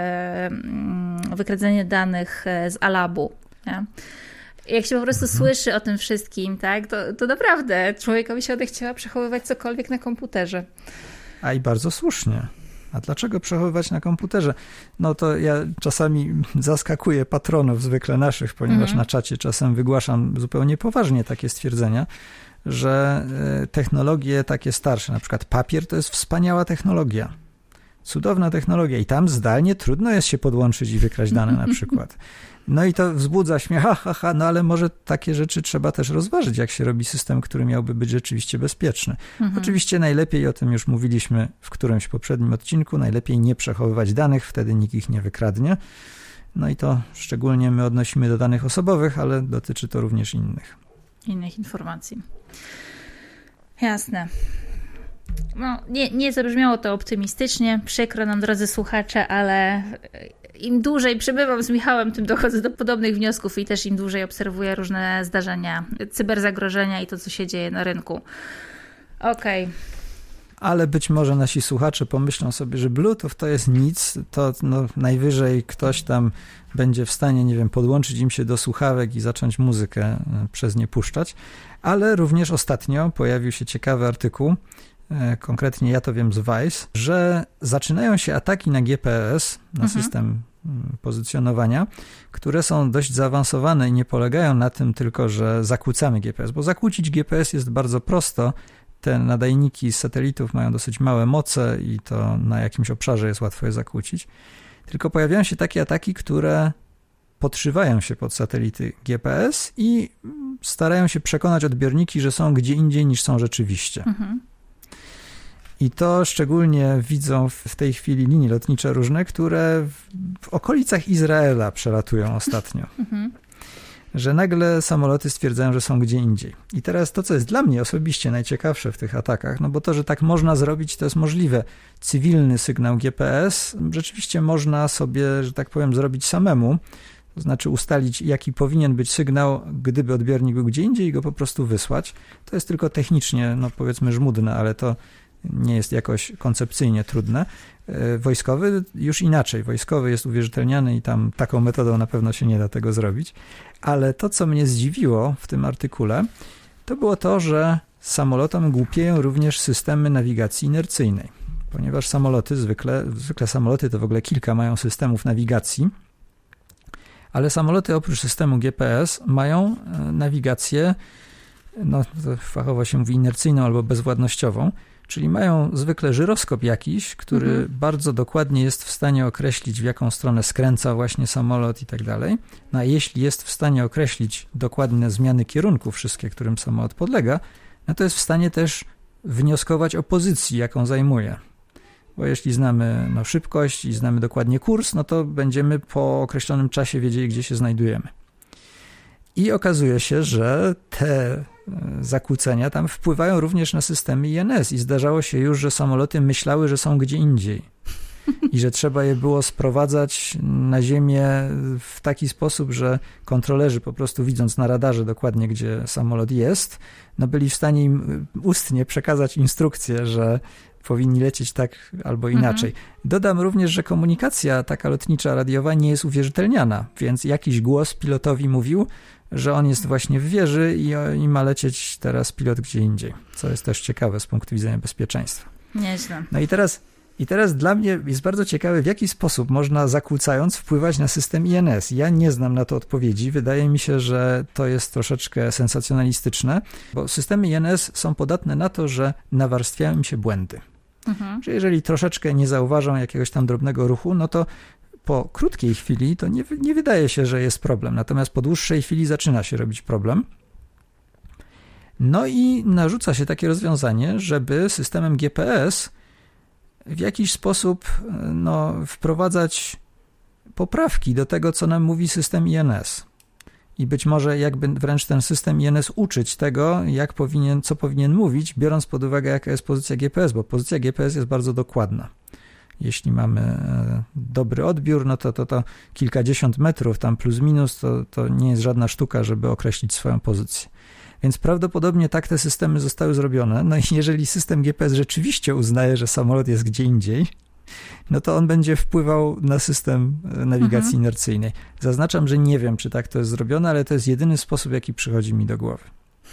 wykradzenie danych z Alabu, nie? Jak się po prostu słyszy o tym wszystkim, tak? To naprawdę człowiekowi się odechciała przechowywać cokolwiek na komputerze. A i bardzo słusznie. A dlaczego przechowywać na komputerze? No to ja czasami zaskakuję patronów zwykle naszych, ponieważ na czacie czasem wygłaszam zupełnie poważnie takie stwierdzenia, że technologie takie starsze, na przykład papier, to jest wspaniała technologia. Cudowna technologia i tam zdalnie trudno jest się podłączyć i wykraść dane na przykład. No i to wzbudza śmiech, no ale może takie rzeczy trzeba też rozważyć, jak się robi system, który miałby być rzeczywiście bezpieczny. Oczywiście najlepiej, o tym już mówiliśmy w którymś poprzednim odcinku, najlepiej nie przechowywać danych, wtedy nikt ich nie wykradnie. No i to szczególnie my odnosimy do danych osobowych, ale dotyczy to również innych informacji. Jasne. No, nie zabrzmiało to optymistycznie, przykro nam, drodzy słuchacze, ale im dłużej przebywam z Michałem, tym dochodzę do podobnych wniosków i też im dłużej obserwuję różne zdarzenia, cyberzagrożenia i to, co się dzieje na rynku. Okej. Ale być może nasi słuchacze pomyślą sobie, że Bluetooth to jest nic, to najwyżej ktoś tam będzie w stanie, nie wiem, podłączyć im się do słuchawek i zacząć muzykę przez nie puszczać, ale również ostatnio pojawił się ciekawy artykuł, konkretnie ja to wiem z Vice, że zaczynają się ataki na GPS, na system pozycjonowania, które są dość zaawansowane i nie polegają na tym tylko, że zakłócamy GPS, bo zakłócić GPS jest bardzo prosto. Te nadajniki z satelitów mają dosyć małe moce i to na jakimś obszarze jest łatwo je zakłócić. Tylko pojawiają się takie ataki, które podszywają się pod satelity GPS i starają się przekonać odbiorniki, że są gdzie indziej niż są rzeczywiście. I to szczególnie widzą w tej chwili linie lotnicze różne, które w okolicach Izraela przelatują ostatnio. Że nagle samoloty stwierdzają, że są gdzie indziej. I teraz to, co jest dla mnie osobiście najciekawsze w tych atakach, no bo to, że tak można zrobić, to jest możliwe. Cywilny sygnał GPS rzeczywiście można sobie, że tak powiem, zrobić samemu, to znaczy ustalić, jaki powinien być sygnał, gdyby odbiornik był gdzie indziej i go po prostu wysłać. To jest tylko technicznie, powiedzmy, żmudne, ale to nie jest jakoś koncepcyjnie trudne. Wojskowy już inaczej. Wojskowy jest uwierzytelniany i tam taką metodą na pewno się nie da tego zrobić. Ale to, co mnie zdziwiło w tym artykule, to było to, że samolotom głupieją również systemy nawigacji inercyjnej. Ponieważ samoloty, zwykle samoloty to w ogóle kilka mają systemów nawigacji, ale samoloty oprócz systemu GPS mają nawigację, to fachowo się mówi inercyjną albo bezwładnościową, czyli mają zwykle żyroskop jakiś, który bardzo dokładnie jest w stanie określić, w jaką stronę skręca właśnie samolot i tak dalej. No a jeśli jest w stanie określić dokładne zmiany kierunku wszystkie, którym samolot podlega, no to jest w stanie też wnioskować o pozycji, jaką zajmuje. bo jeśli znamy szybkość i znamy dokładnie kurs, no to będziemy po określonym czasie wiedzieli, gdzie się znajdujemy. I okazuje się, że te zakłócenia tam wpływają również na systemy INS i zdarzało się już, że samoloty myślały, że są gdzie indziej i że trzeba je było sprowadzać na ziemię w taki sposób, że kontrolerzy po prostu widząc na radarze dokładnie, gdzie samolot jest, byli w stanie im ustnie przekazać instrukcję, że powinni lecieć tak albo inaczej. Dodam również, że komunikacja taka lotnicza, radiowa nie jest uwierzytelniana, więc jakiś głos pilotowi mówił, że on jest właśnie w wieży i ma lecieć teraz pilot gdzie indziej, co jest też ciekawe z punktu widzenia bezpieczeństwa. Nieźle. No i teraz dla mnie jest bardzo ciekawe, w jaki sposób można zakłócając wpływać na system INS. Ja nie znam na to odpowiedzi. Wydaje mi się, że to jest troszeczkę sensacjonalistyczne, bo systemy INS są podatne na to, że nawarstwiają im się błędy. Że jeżeli troszeczkę nie zauważą jakiegoś tam drobnego ruchu, no to po krótkiej chwili to nie wydaje się, że jest problem. Natomiast po dłuższej chwili zaczyna się robić problem. No i narzuca się takie rozwiązanie, żeby systemem GPS w jakiś sposób wprowadzać poprawki do tego, co nam mówi system INS. I być może jakby wręcz ten system INS uczyć tego, co powinien mówić, biorąc pod uwagę, jaka jest pozycja GPS, bo pozycja GPS jest bardzo dokładna. Jeśli mamy dobry odbiór, no to kilkadziesiąt metrów tam plus minus, to nie jest żadna sztuka, żeby określić swoją pozycję. Więc prawdopodobnie tak te systemy zostały zrobione. No i jeżeli system GPS rzeczywiście uznaje, że samolot jest gdzie indziej, no to on będzie wpływał na system nawigacji inercyjnej. Zaznaczam, że nie wiem, czy tak to jest zrobione, ale to jest jedyny sposób, jaki przychodzi mi do głowy.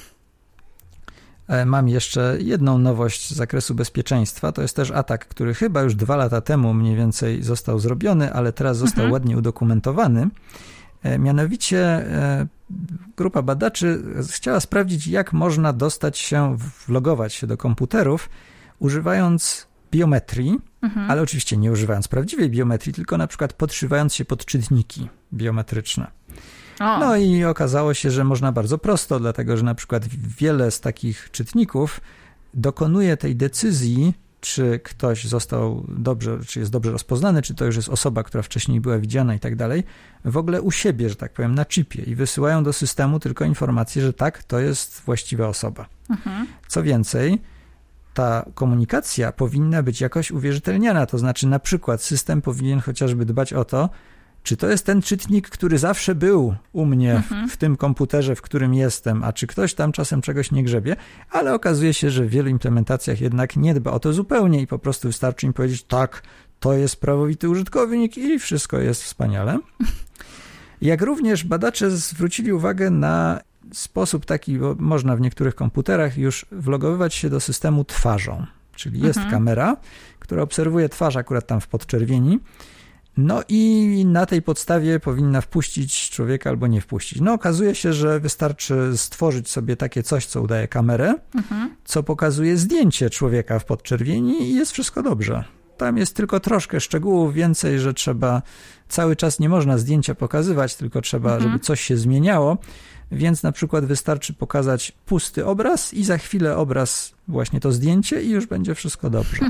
Mam jeszcze jedną nowość z zakresu bezpieczeństwa. To jest też atak, który chyba już 2 lata temu mniej więcej został zrobiony, ale teraz został ładnie udokumentowany. Mianowicie grupa badaczy chciała sprawdzić, jak można wlogować się do komputerów, używając biometrii, ale oczywiście nie używając prawdziwej biometrii, tylko na przykład podszywając się pod czytniki biometryczne. No i okazało się, że można bardzo prosto, dlatego że na przykład wiele z takich czytników dokonuje tej decyzji, czy ktoś czy jest dobrze rozpoznany, czy to już jest osoba, która wcześniej była widziana i tak dalej, w ogóle u siebie, że tak powiem, na chipie i wysyłają do systemu tylko informację, że tak, to jest właściwa osoba. Co więcej, ta komunikacja powinna być jakoś uwierzytelniana, to znaczy na przykład system powinien chociażby dbać o to, czy to jest ten czytnik, który zawsze był u mnie w tym komputerze, w którym jestem, a czy ktoś tam czasem czegoś nie grzebie, ale okazuje się, że w wielu implementacjach jednak nie dba o to zupełnie i po prostu wystarczy im powiedzieć, tak, to jest prawowity użytkownik i wszystko jest wspaniale. Jak również badacze zwrócili uwagę na sposób taki, bo można w niektórych komputerach już wlogowywać się do systemu twarzą, czyli jest kamera, która obserwuje twarz akurat tam w podczerwieni, no i na tej podstawie powinna wpuścić człowieka albo nie wpuścić. No okazuje się, że wystarczy stworzyć sobie takie coś, co udaje kamerę, co pokazuje zdjęcie człowieka w podczerwieni i jest wszystko dobrze. Tam jest tylko troszkę szczegółów więcej, że trzeba cały czas nie można zdjęcia pokazywać, tylko trzeba, żeby coś się zmieniało, więc na przykład wystarczy pokazać pusty obraz i za chwilę obraz, właśnie to zdjęcie i już będzie wszystko dobrze.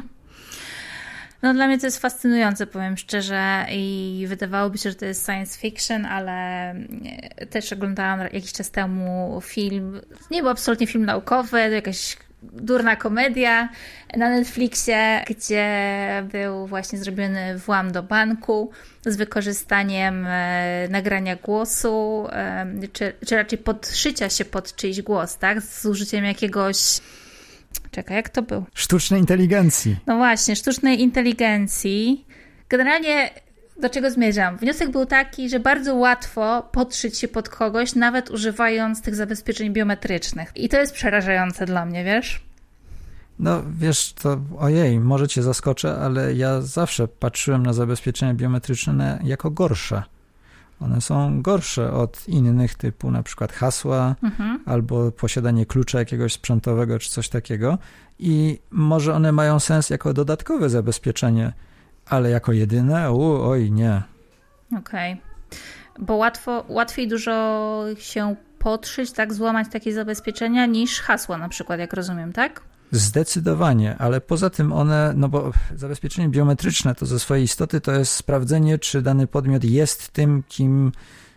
No dla mnie to jest fascynujące, powiem szczerze, i wydawałoby się, że to jest science fiction, ale też oglądałam jakiś czas temu film, nie był absolutnie film naukowy, to jakaś durna komedia na Netflixie, gdzie był właśnie zrobiony włam do banku z wykorzystaniem nagrania głosu, czy raczej podszycia się pod czyjś głos, tak? Z użyciem jakiegoś... Czekaj, jak to był? Sztucznej inteligencji. No właśnie, sztucznej inteligencji. Generalnie do czego zmierzam? Wniosek był taki, że bardzo łatwo podszyć się pod kogoś, nawet używając tych zabezpieczeń biometrycznych. I to jest przerażające dla mnie, wiesz? No wiesz, to ojej, może cię zaskoczę, ale ja zawsze patrzyłem na zabezpieczenia biometryczne jako gorsze. One są gorsze od innych typu na przykład hasła albo posiadanie klucza jakiegoś sprzętowego czy coś takiego i może one mają sens jako dodatkowe zabezpieczenie, ale jako jedyne? Oj, nie. Okej. Bo łatwiej dużo się podszyć, tak, złamać takie zabezpieczenia niż hasła na przykład, jak rozumiem, tak? Zdecydowanie, ale poza tym one, no bo zabezpieczenie biometryczne to ze swojej istoty to jest sprawdzenie, czy dany podmiot jest tym, kim,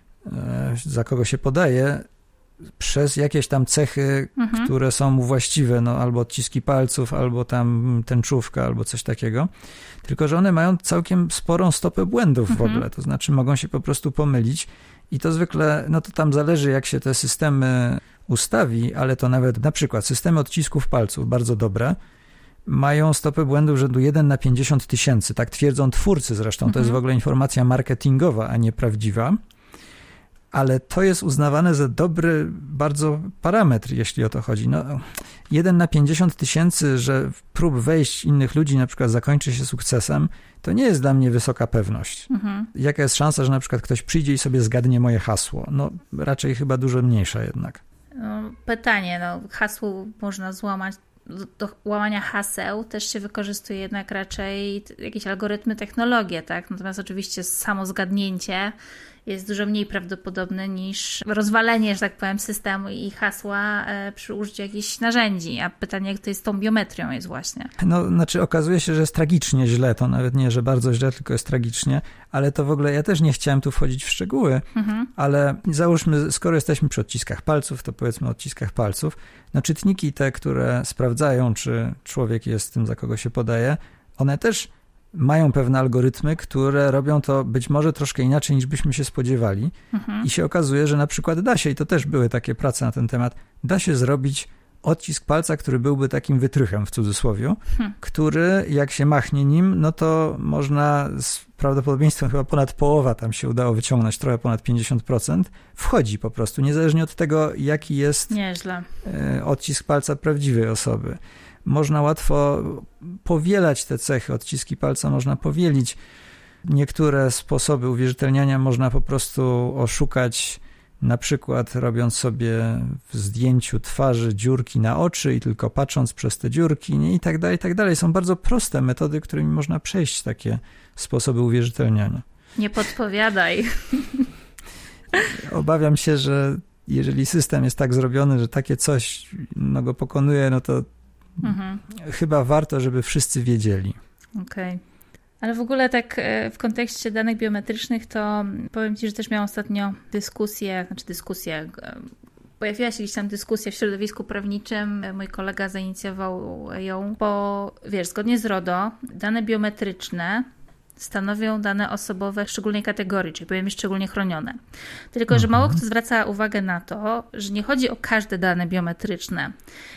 za kogo się podaje, przez jakieś tam cechy, które są mu właściwe, no albo odciski palców, albo tam tęczówka, albo coś takiego. Tylko że one mają całkiem sporą stopę błędów w ogóle, to znaczy mogą się po prostu pomylić i to zwykle, no to tam zależy, jak się te systemy ustawi, ale to nawet na przykład systemy odcisków palców, bardzo dobre, mają stopę błędów rzędu 1 na 50 tysięcy, tak twierdzą twórcy zresztą, to jest w ogóle informacja marketingowa, a nie prawdziwa, ale to jest uznawane za dobry bardzo parametr, jeśli o to chodzi. No, 1 na 50 tysięcy, że prób wejść innych ludzi na przykład zakończy się sukcesem, to nie jest dla mnie wysoka pewność. Jaka jest szansa, że na przykład ktoś przyjdzie i sobie zgadnie moje hasło? No raczej chyba dużo mniejsza jednak. No, pytanie, no hasło można złamać. Do łamania haseł też się wykorzystuje jednak raczej jakieś algorytmy, technologie, tak? Natomiast oczywiście samo zgadnięcie jest dużo mniej prawdopodobne niż rozwalenie, że tak powiem, systemu i hasła przy użyciu jakichś narzędzi. A pytanie, jak to jest z tą biometrią jest właśnie. No, znaczy okazuje się, że jest tragicznie źle, to nawet nie, że bardzo źle, tylko jest tragicznie, ale to w ogóle ja też nie chciałem tu wchodzić w szczegóły, ale załóżmy, skoro jesteśmy przy odciskach palców, to powiedzmy o odciskach palców, no czytniki te, które sprawdzają, czy człowiek jest tym, za kogo się podaje, one też mają pewne algorytmy, które robią to być może troszkę inaczej, niż byśmy się spodziewali. I się okazuje, że na przykład da się, i to też były takie prace na ten temat, da się zrobić odcisk palca, który byłby takim wytrychem w cudzysłowie, który jak się machnie nim, no to można z prawdopodobieństwem chyba ponad połowa tam się udało wyciągnąć, trochę ponad 50%, wchodzi po prostu, niezależnie od tego, jaki jest odcisk palca prawdziwej osoby. Można łatwo powielać te cechy, odciski palca można powielić. Niektóre sposoby uwierzytelniania można po prostu oszukać, na przykład robiąc sobie w zdjęciu twarzy dziurki na oczy i tylko patrząc przez te dziurki, nie? I tak dalej, i tak dalej. Są bardzo proste metody, którymi można przejść takie sposoby uwierzytelniania. Nie podpowiadaj. Obawiam się, że jeżeli system jest tak zrobiony, że takie coś no, go pokonuje, no to chyba warto, żeby wszyscy wiedzieli. Okej. Ale w ogóle tak w kontekście danych biometrycznych to powiem Ci, że też miałam ostatnio pojawiła się gdzieś tam dyskusja w środowisku prawniczym. Mój kolega zainicjował ją, bo wiesz, zgodnie z RODO dane biometryczne stanowią dane osobowe szczególnej kategorii, czyli powiem szczególnie chronione. Tylko, że mało kto zwraca uwagę na to, że nie chodzi o każde dane biometryczne,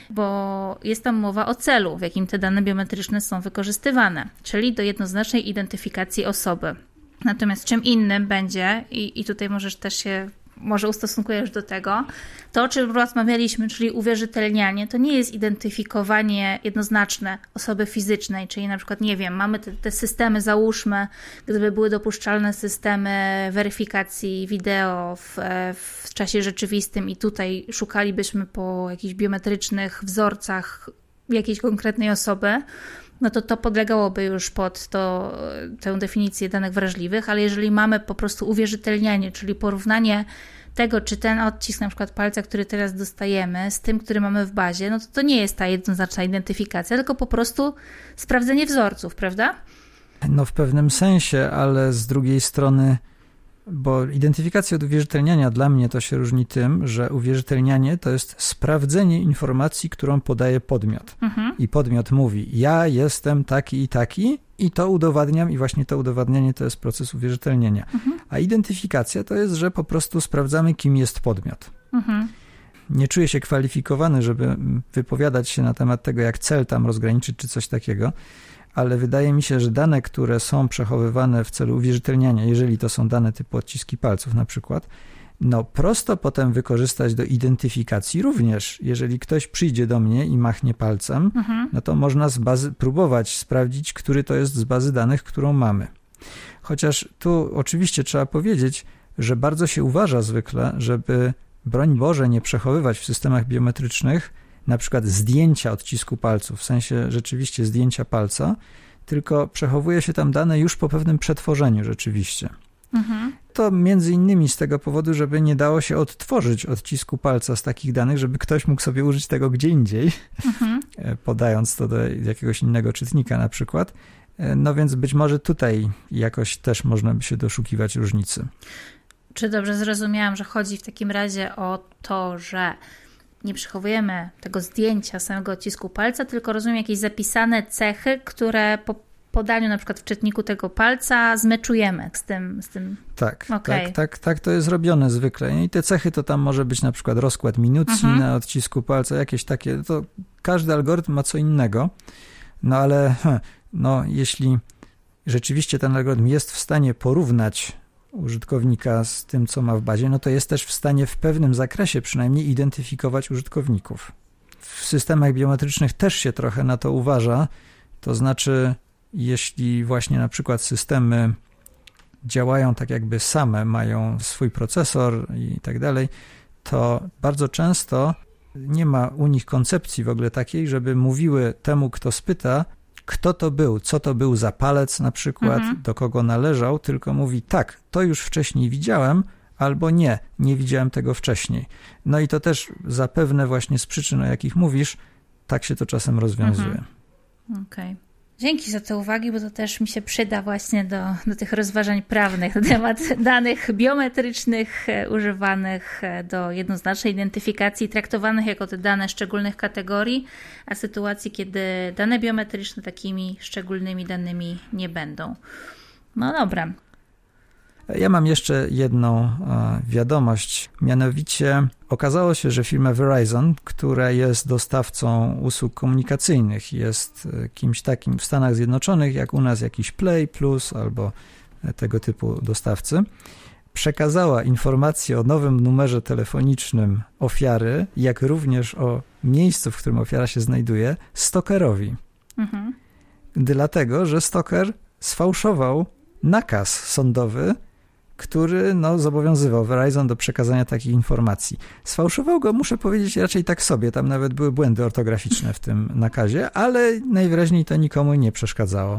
bo jest tam mowa o celu, w jakim te dane biometryczne są wykorzystywane, czyli do jednoznacznej identyfikacji osoby. Natomiast czym innym będzie, i tutaj możesz też się może ustosunkujesz do tego, to o czym rozmawialiśmy, czyli uwierzytelnianie, to nie jest identyfikowanie jednoznaczne osoby fizycznej, czyli na przykład, nie wiem, mamy te systemy, załóżmy, gdyby były dopuszczalne systemy weryfikacji wideo w czasie rzeczywistym i tutaj szukalibyśmy po jakichś biometrycznych wzorcach jakiejś konkretnej osoby, no to podlegałoby już pod tę definicję danych wrażliwych, ale jeżeli mamy po prostu uwierzytelnianie, czyli porównanie tego, czy ten odcisk na przykład palca, który teraz dostajemy, z tym, który mamy w bazie, no to nie jest ta jednoznaczna identyfikacja, tylko po prostu sprawdzenie wzorców, prawda? No w pewnym sensie, ale z drugiej strony, bo identyfikacja od uwierzytelniania dla mnie to się różni tym, że uwierzytelnianie to jest sprawdzenie informacji, którą podaje podmiot. I podmiot mówi, ja jestem taki i to udowadniam i właśnie to udowadnianie to jest proces uwierzytelnienia. A identyfikacja to jest, że po prostu sprawdzamy, kim jest podmiot. Nie czuję się kwalifikowany, żeby wypowiadać się na temat tego, jak cel tam rozgraniczyć czy coś takiego, ale wydaje mi się, że dane, które są przechowywane w celu uwierzytelniania, jeżeli to są dane typu odciski palców na przykład, no prosto potem wykorzystać do identyfikacji również. Jeżeli ktoś przyjdzie do mnie i machnie palcem, no to można z bazy próbować sprawdzić, który to jest z bazy danych, którą mamy. Chociaż tu oczywiście trzeba powiedzieć, że bardzo się uważa zwykle, żeby broń Boże nie przechowywać w systemach biometrycznych na przykład zdjęcia odcisku palców, w sensie rzeczywiście zdjęcia palca, tylko przechowuje się tam dane już po pewnym przetworzeniu rzeczywiście. To między innymi z tego powodu, żeby nie dało się odtworzyć odcisku palca z takich danych, żeby ktoś mógł sobie użyć tego gdzie indziej, podając to do jakiegoś innego czytnika na przykład. No więc być może tutaj jakoś też można by się doszukiwać różnicy. Czy dobrze zrozumiałam, że chodzi w takim razie o to, że nie przechowujemy tego zdjęcia samego odcisku palca, tylko rozumiem jakieś zapisane cechy, które po podaniu na przykład w czytniku tego palca zmeczujemy z tym. Tak, okay. tak to jest robione zwykle. I te cechy to tam może być na przykład rozkład minucji na odcisku palca, jakieś takie, to każdy algorytm ma co innego, no ale jeśli rzeczywiście ten algorytm jest w stanie porównać użytkownika z tym, co ma w bazie, no to jest też w stanie w pewnym zakresie przynajmniej identyfikować użytkowników. W systemach biometrycznych też się trochę na to uważa, to znaczy jeśli właśnie na przykład systemy działają tak jakby same, mają swój procesor i tak dalej, to bardzo często nie ma u nich koncepcji w ogóle takiej, żeby mówiły temu, kto spyta, kto to był, co to był za palec na przykład, do kogo należał, tylko mówi tak, to już wcześniej widziałem, albo nie widziałem tego wcześniej. No i to też zapewne właśnie z przyczyn, o jakich mówisz, tak się to czasem rozwiązuje. Okej. Dzięki za te uwagi, bo to też mi się przyda właśnie do tych rozważań prawnych na temat danych biometrycznych używanych do jednoznacznej identyfikacji, traktowanych jako te dane szczególnych kategorii, a sytuacji, kiedy dane biometryczne takimi szczególnymi danymi nie będą. No dobra. Ja mam jeszcze jedną wiadomość, mianowicie okazało się, że firma Verizon, która jest dostawcą usług komunikacyjnych, jest kimś takim w Stanach Zjednoczonych, jak u nas jakiś Play Plus albo tego typu dostawcy, przekazała informację o nowym numerze telefonicznym ofiary, jak również o miejscu, w którym ofiara się znajduje, stalkerowi. Dlatego, że stalker sfałszował nakaz sądowy, który zobowiązywał Verizon do przekazania takich informacji. Sfałszował go, muszę powiedzieć, raczej tak sobie. Tam nawet były błędy ortograficzne w tym nakazie, ale najwyraźniej to nikomu nie przeszkadzało.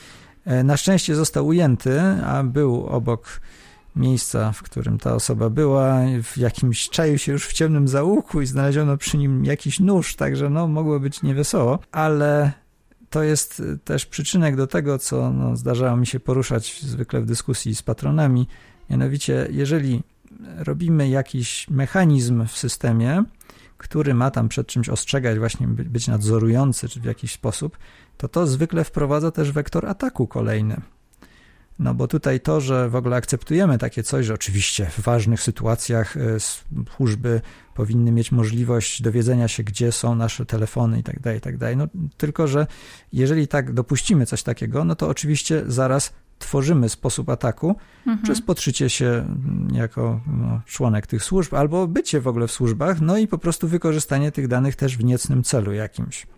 Na szczęście został ujęty, a był obok miejsca, w którym ta osoba była, w jakimś czaił się już w ciemnym zaułku i znaleziono przy nim jakiś nóż, także mogło być niewesoło, ale to jest też przyczynek do tego, co zdarzało mi się poruszać zwykle w dyskusji z patronami. Mianowicie, jeżeli robimy jakiś mechanizm w systemie, który ma tam przed czymś ostrzegać, właśnie być nadzorujący, czy w jakiś sposób, to zwykle wprowadza też wektor ataku kolejny. No bo tutaj to, że w ogóle akceptujemy takie coś, że oczywiście w ważnych sytuacjach służby powinny mieć możliwość dowiedzenia się, gdzie są nasze telefony i tak dalej. No tylko, że jeżeli tak dopuścimy coś takiego, to oczywiście zaraz tworzymy sposób ataku przez podszycie się jako członek tych służb albo bycie w ogóle w służbach, i po prostu wykorzystanie tych danych też w niecnym celu jakimś.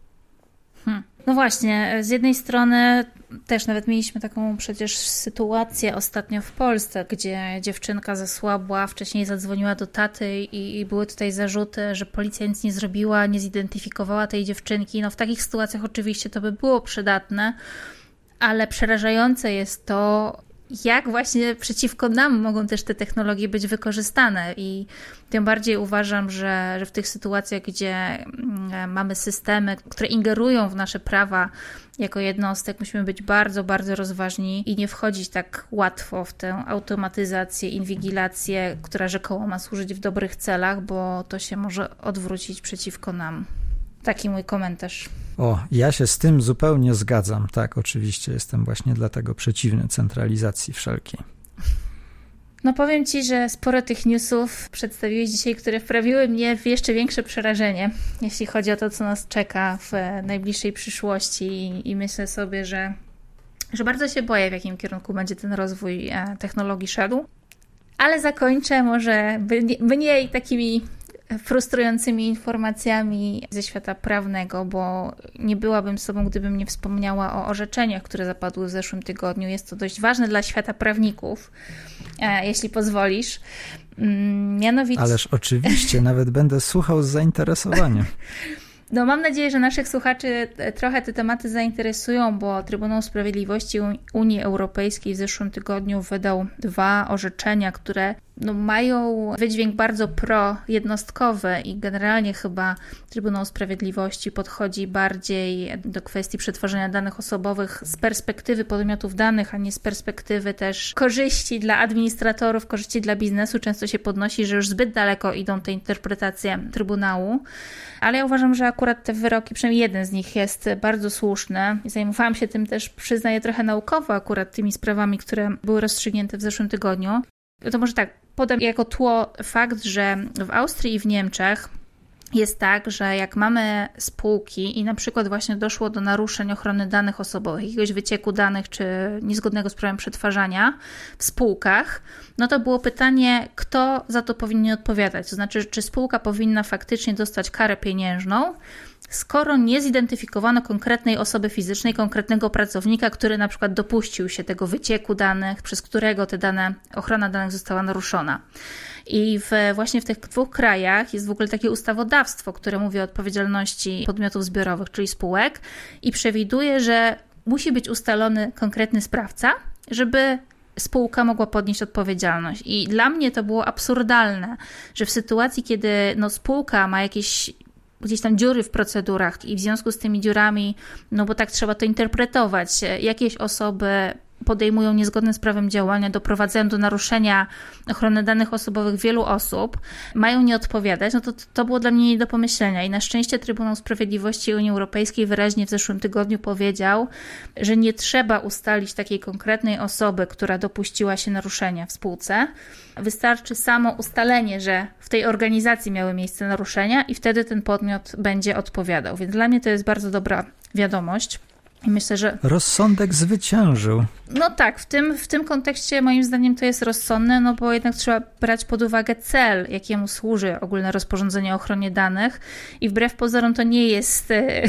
No właśnie, z jednej strony też nawet mieliśmy taką przecież sytuację ostatnio w Polsce, gdzie dziewczynka zasłabła, wcześniej zadzwoniła do taty i były tutaj zarzuty, że policja nic nie zrobiła, nie zidentyfikowała tej dziewczynki. W takich sytuacjach oczywiście to by było przydatne, ale przerażające jest to, jak właśnie przeciwko nam mogą też te technologie być wykorzystane i tym bardziej uważam, że w tych sytuacjach, gdzie mamy systemy, które ingerują w nasze prawa jako jednostek, musimy być bardzo, bardzo rozważni i nie wchodzić tak łatwo w tę automatyzację, inwigilację, która rzekomo ma służyć w dobrych celach, bo to się może odwrócić przeciwko nam. Taki mój komentarz. Ja się z tym zupełnie zgadzam. Tak, oczywiście jestem właśnie dlatego przeciwny centralizacji wszelkiej. Powiem Ci, że sporo tych newsów przedstawiłeś dzisiaj, które wprawiły mnie w jeszcze większe przerażenie, jeśli chodzi o to, co nas czeka w najbliższej przyszłości i myślę sobie, że bardzo się boję, w jakim kierunku będzie ten rozwój technologii szedł. Ale zakończę może mniej takimi frustrującymi informacjami ze świata prawnego, bo nie byłabym sobą, gdybym nie wspomniała o orzeczeniach, które zapadły w zeszłym tygodniu. Jest to dość ważne dla świata prawników, jeśli pozwolisz. Mianowicie... Ależ oczywiście, nawet będę słuchał z zainteresowaniem. Mam nadzieję, że naszych słuchaczy trochę te tematy zainteresują, bo Trybunał Sprawiedliwości Unii Europejskiej w zeszłym tygodniu wydał 2 orzeczenia, które mają wydźwięk bardzo pro-jednostkowy i generalnie chyba Trybunał Sprawiedliwości podchodzi bardziej do kwestii przetwarzania danych osobowych z perspektywy podmiotów danych, a nie z perspektywy też korzyści dla administratorów, korzyści dla biznesu. Często się podnosi, że już zbyt daleko idą te interpretacje Trybunału, ale ja uważam, że akurat te wyroki, przynajmniej jeden z nich jest bardzo słuszny. Zajmowałam się tym też, przyznaję, trochę naukowo akurat tymi sprawami, które były rozstrzygnięte w zeszłym tygodniu. To może tak, podam jako tło fakt, że w Austrii i w Niemczech jest tak, że jak mamy spółki i na przykład właśnie doszło do naruszeń ochrony danych osobowych, jakiegoś wycieku danych czy niezgodnego z prawem przetwarzania w spółkach, no to było pytanie, kto za to powinien odpowiadać. To znaczy, czy spółka powinna faktycznie dostać karę pieniężną, skoro nie zidentyfikowano konkretnej osoby fizycznej, konkretnego pracownika, który na przykład dopuścił się tego wycieku danych, przez którego ochrona danych została naruszona. I właśnie w tych dwóch krajach jest w ogóle takie ustawodawstwo, które mówi o odpowiedzialności podmiotów zbiorowych, czyli spółek, i przewiduje, że musi być ustalony konkretny sprawca, żeby spółka mogła podnieść odpowiedzialność. I dla mnie to było absurdalne, że w sytuacji, kiedy spółka ma jakieś gdzieś tam dziury w procedurach i w związku z tymi dziurami, bo tak trzeba to interpretować, jakieś osoby podejmują niezgodne z prawem działania, doprowadzają do naruszenia ochrony danych osobowych wielu osób, mają nie odpowiadać, to było dla mnie nie do pomyślenia. I na szczęście Trybunał Sprawiedliwości Unii Europejskiej wyraźnie w zeszłym tygodniu powiedział, że nie trzeba ustalić takiej konkretnej osoby, która dopuściła się naruszenia w spółce. Wystarczy samo ustalenie, że w tej organizacji miały miejsce naruszenia i wtedy ten podmiot będzie odpowiadał. Więc dla mnie to jest bardzo dobra wiadomość. I myślę, że rozsądek zwyciężył. No tak, w tym kontekście moim zdaniem to jest rozsądne, bo jednak trzeba brać pod uwagę cel, jakiemu służy ogólne rozporządzenie o ochronie danych i wbrew pozorom to nie jest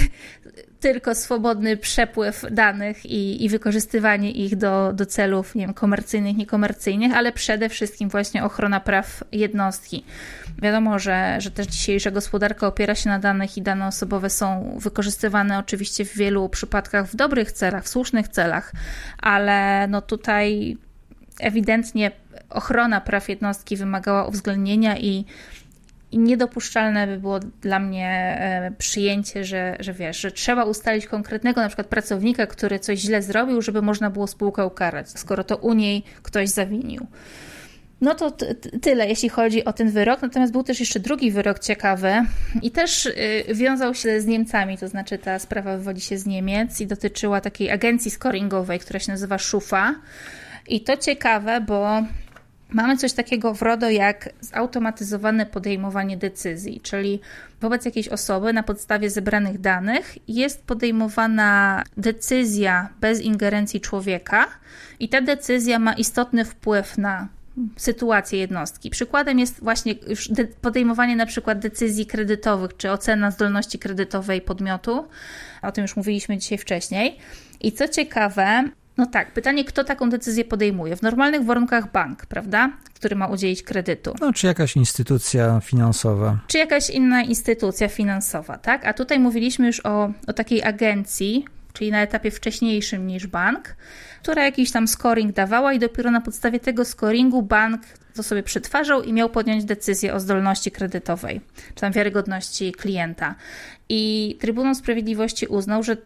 tylko swobodny przepływ danych i wykorzystywanie ich do celów, komercyjnych, niekomercyjnych, ale przede wszystkim właśnie ochrona praw jednostki. Wiadomo, że też dzisiejsza gospodarka opiera się na danych i dane osobowe są wykorzystywane oczywiście w wielu przypadkach w dobrych celach, w słusznych celach, ale tutaj ewidentnie ochrona praw jednostki wymagała uwzględnienia i niedopuszczalne by było dla mnie przyjęcie, że trzeba ustalić konkretnego na przykład pracownika, który coś źle zrobił, żeby można było spółkę ukarać, skoro to u niej ktoś zawinił. No to tyle, jeśli chodzi o ten wyrok. Natomiast był też jeszcze drugi wyrok ciekawy i też wiązał się z Niemcami, to znaczy ta sprawa wywodzi się z Niemiec i dotyczyła takiej agencji scoringowej, która się nazywa Schufa. I to ciekawe, bo mamy coś takiego w RODO jak zautomatyzowane podejmowanie decyzji, czyli wobec jakiejś osoby na podstawie zebranych danych jest podejmowana decyzja bez ingerencji człowieka i ta decyzja ma istotny wpływ na sytuację jednostki. Przykładem jest właśnie już podejmowanie na przykład decyzji kredytowych, czy ocena zdolności kredytowej podmiotu. O tym już mówiliśmy dzisiaj wcześniej. I co ciekawe, pytanie, kto taką decyzję podejmuje? W normalnych warunkach bank, prawda? Który ma udzielić kredytu. Czy jakaś instytucja finansowa. Czy jakaś inna instytucja finansowa, tak? A tutaj mówiliśmy już o takiej agencji, czyli na etapie wcześniejszym niż bank, która jakiś tam scoring dawała i dopiero na podstawie tego scoringu bank to sobie przetwarzał i miał podjąć decyzję o zdolności kredytowej, czy tam wiarygodności klienta. I Trybunał Sprawiedliwości uznał, że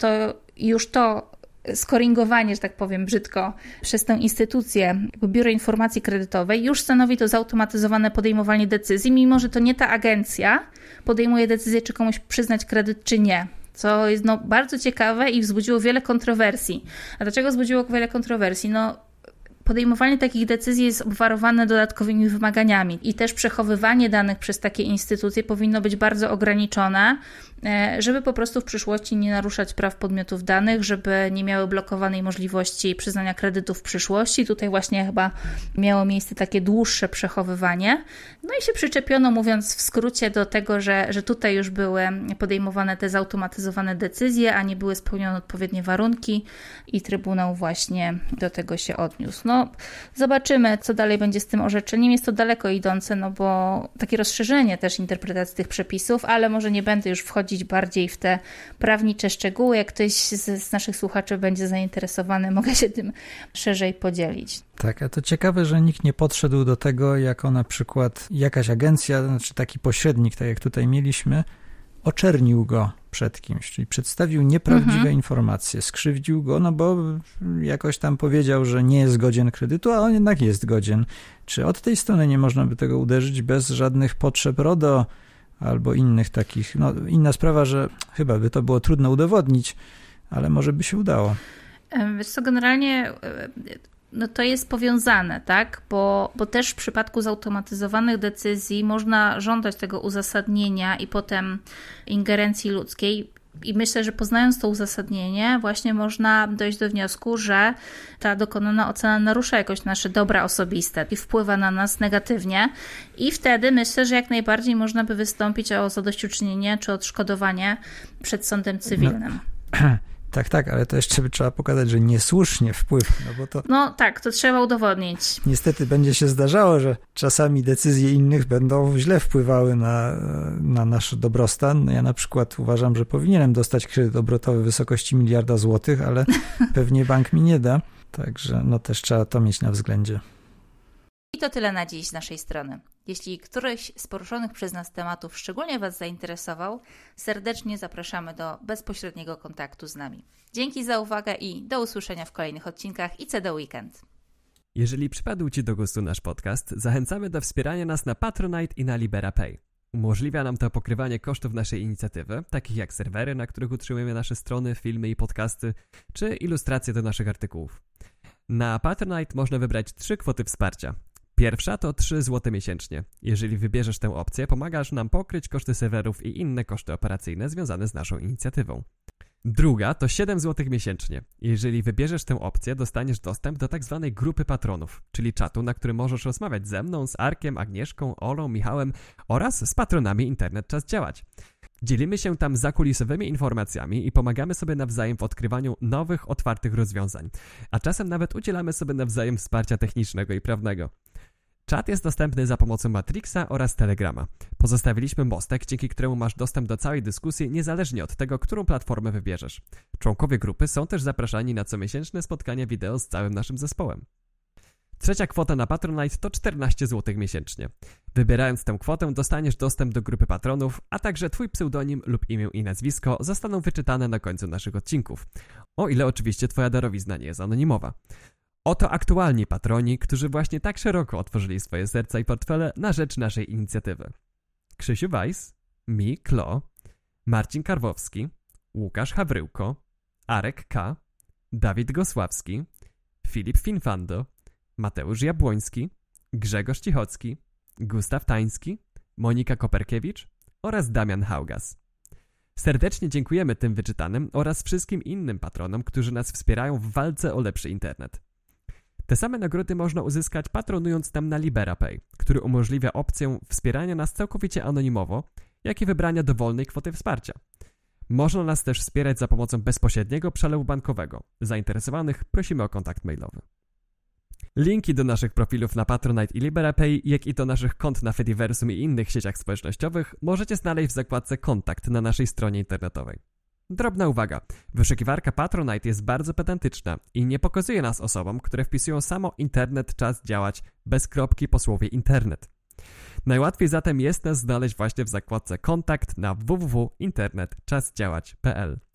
to scoringowanie, że tak powiem brzydko, przez tę instytucję, Biuro Informacji Kredytowej, już stanowi to zautomatyzowane podejmowanie decyzji, mimo że to nie ta agencja podejmuje decyzję, czy komuś przyznać kredyt, czy nie. Co jest bardzo ciekawe i wzbudziło wiele kontrowersji. A dlaczego wzbudziło wiele kontrowersji? Podejmowanie takich decyzji jest obwarowane dodatkowymi wymaganiami i też przechowywanie danych przez takie instytucje powinno być bardzo ograniczone, żeby po prostu w przyszłości nie naruszać praw podmiotów danych, żeby nie miały blokowanej możliwości przyznania kredytów w przyszłości. Tutaj właśnie chyba miało miejsce takie dłuższe przechowywanie. I się przyczepiono, mówiąc w skrócie, do tego, że tutaj już były podejmowane te zautomatyzowane decyzje, a nie były spełnione odpowiednie warunki i Trybunał właśnie do tego się odniósł. Zobaczymy, co dalej będzie z tym orzeczeniem. Jest to daleko idące, bo takie rozszerzenie też interpretacji tych przepisów, ale może nie będę już wchodzić wchodzić bardziej w te prawnicze szczegóły. Jak ktoś z naszych słuchaczy będzie zainteresowany, mogę się tym szerzej podzielić. Tak, a to ciekawe, że nikt nie podszedł do tego, jako na przykład jakaś agencja, znaczy taki pośrednik, tak jak tutaj mieliśmy, oczernił go przed kimś, czyli przedstawił nieprawdziwe informacje, skrzywdził go, no bo jakoś tam powiedział, że nie jest godzien kredytu, a on jednak jest godzien. Czy od tej strony nie można by tego uderzyć bez żadnych potrzeb RODO albo innych takich, no inna sprawa, że chyba by to było trudno udowodnić, ale może by się udało. Wiesz co, generalnie no to jest powiązane, tak? Bo też w przypadku zautomatyzowanych decyzji można żądać tego uzasadnienia i potem ingerencji ludzkiej. I myślę, że poznając to uzasadnienie, właśnie można dojść do wniosku, że ta dokonana ocena narusza jakoś nasze dobra osobiste i wpływa na nas negatywnie. I wtedy myślę, że jak najbardziej można by wystąpić o zadośćuczynienie czy odszkodowanie przed sądem cywilnym. No. Tak, ale to jeszcze by trzeba pokazać, że niesłusznie wpływ, no bo to... No tak, to trzeba udowodnić. Niestety będzie się zdarzało, że czasami decyzje innych będą źle wpływały na nasz dobrostan. Ja na przykład uważam, że powinienem dostać kredyt obrotowy w wysokości 1 miliarda złotych, ale pewnie bank mi nie da, także no też trzeba to mieć na względzie. I to tyle na dziś z naszej strony. Jeśli któryś z poruszonych przez nas tematów szczególnie Was zainteresował, serdecznie zapraszamy do bezpośredniego kontaktu z nami. Dzięki za uwagę i do usłyszenia w kolejnych odcinkach ICD Weekend. Jeżeli przypadł Ci do gustu nasz podcast, zachęcamy do wspierania nas na Patronite i na LiberaPay. Umożliwia nam to pokrywanie kosztów naszej inicjatywy, takich jak serwery, na których utrzymujemy nasze strony, filmy i podcasty, czy ilustracje do naszych artykułów. Na Patronite można wybrać 3 kwoty wsparcia. Pierwsza to 3 zł miesięcznie. Jeżeli wybierzesz tę opcję, pomagasz nam pokryć koszty serwerów i inne koszty operacyjne związane z naszą inicjatywą. Druga to 7 zł miesięcznie. Jeżeli wybierzesz tę opcję, dostaniesz dostęp do tzw. grupy patronów, czyli czatu, na którym możesz rozmawiać ze mną, z Arkiem, Agnieszką, Olą, Michałem oraz z patronami Internet Czas Działać. Dzielimy się tam zakulisowymi informacjami i pomagamy sobie nawzajem w odkrywaniu nowych, otwartych rozwiązań, a czasem nawet udzielamy sobie nawzajem wsparcia technicznego i prawnego. Czat jest dostępny za pomocą Matrixa oraz Telegrama. Pozostawiliśmy mostek, dzięki któremu masz dostęp do całej dyskusji, niezależnie od tego, którą platformę wybierzesz. Członkowie grupy są też zapraszani na comiesięczne spotkania wideo z całym naszym zespołem. Trzecia kwota na Patronite to 14 zł miesięcznie. Wybierając tę kwotę dostaniesz dostęp do grupy patronów, a także Twój pseudonim lub imię i nazwisko zostaną wyczytane na końcu naszych odcinków. O ile oczywiście Twoja darowizna nie jest anonimowa. Oto aktualni patroni, którzy właśnie tak szeroko otworzyli swoje serca i portfele na rzecz naszej inicjatywy. Krzysiu Weiss, Mi Klo, Marcin Karwowski, Łukasz Hawryłko, Arek K., Dawid Gosławski, Filip Finfando, Mateusz Jabłoński, Grzegorz Cichocki, Gustaw Tański, Monika Koperkiewicz oraz Damian Haugas. Serdecznie dziękujemy tym wyczytanym oraz wszystkim innym patronom, którzy nas wspierają w walce o lepszy internet. Te same nagrody można uzyskać patronując nam na LiberaPay, który umożliwia opcję wspierania nas całkowicie anonimowo, jak i wybrania dowolnej kwoty wsparcia. Można nas też wspierać za pomocą bezpośredniego przelewu bankowego. Zainteresowanych prosimy o kontakt mailowy. Linki do naszych profilów na Patronite i LiberaPay, jak i do naszych kont na Fediversum i innych sieciach społecznościowych możecie znaleźć w zakładce Kontakt na naszej stronie internetowej. Drobna uwaga, wyszukiwarka Patronite jest bardzo pedantyczna i nie pokazuje nas osobom, które wpisują samo Internet Czas Działać bez kropki po słowie internet. Najłatwiej zatem jest nas znaleźć właśnie w zakładce Kontakt na www.internetczasdziałać.pl.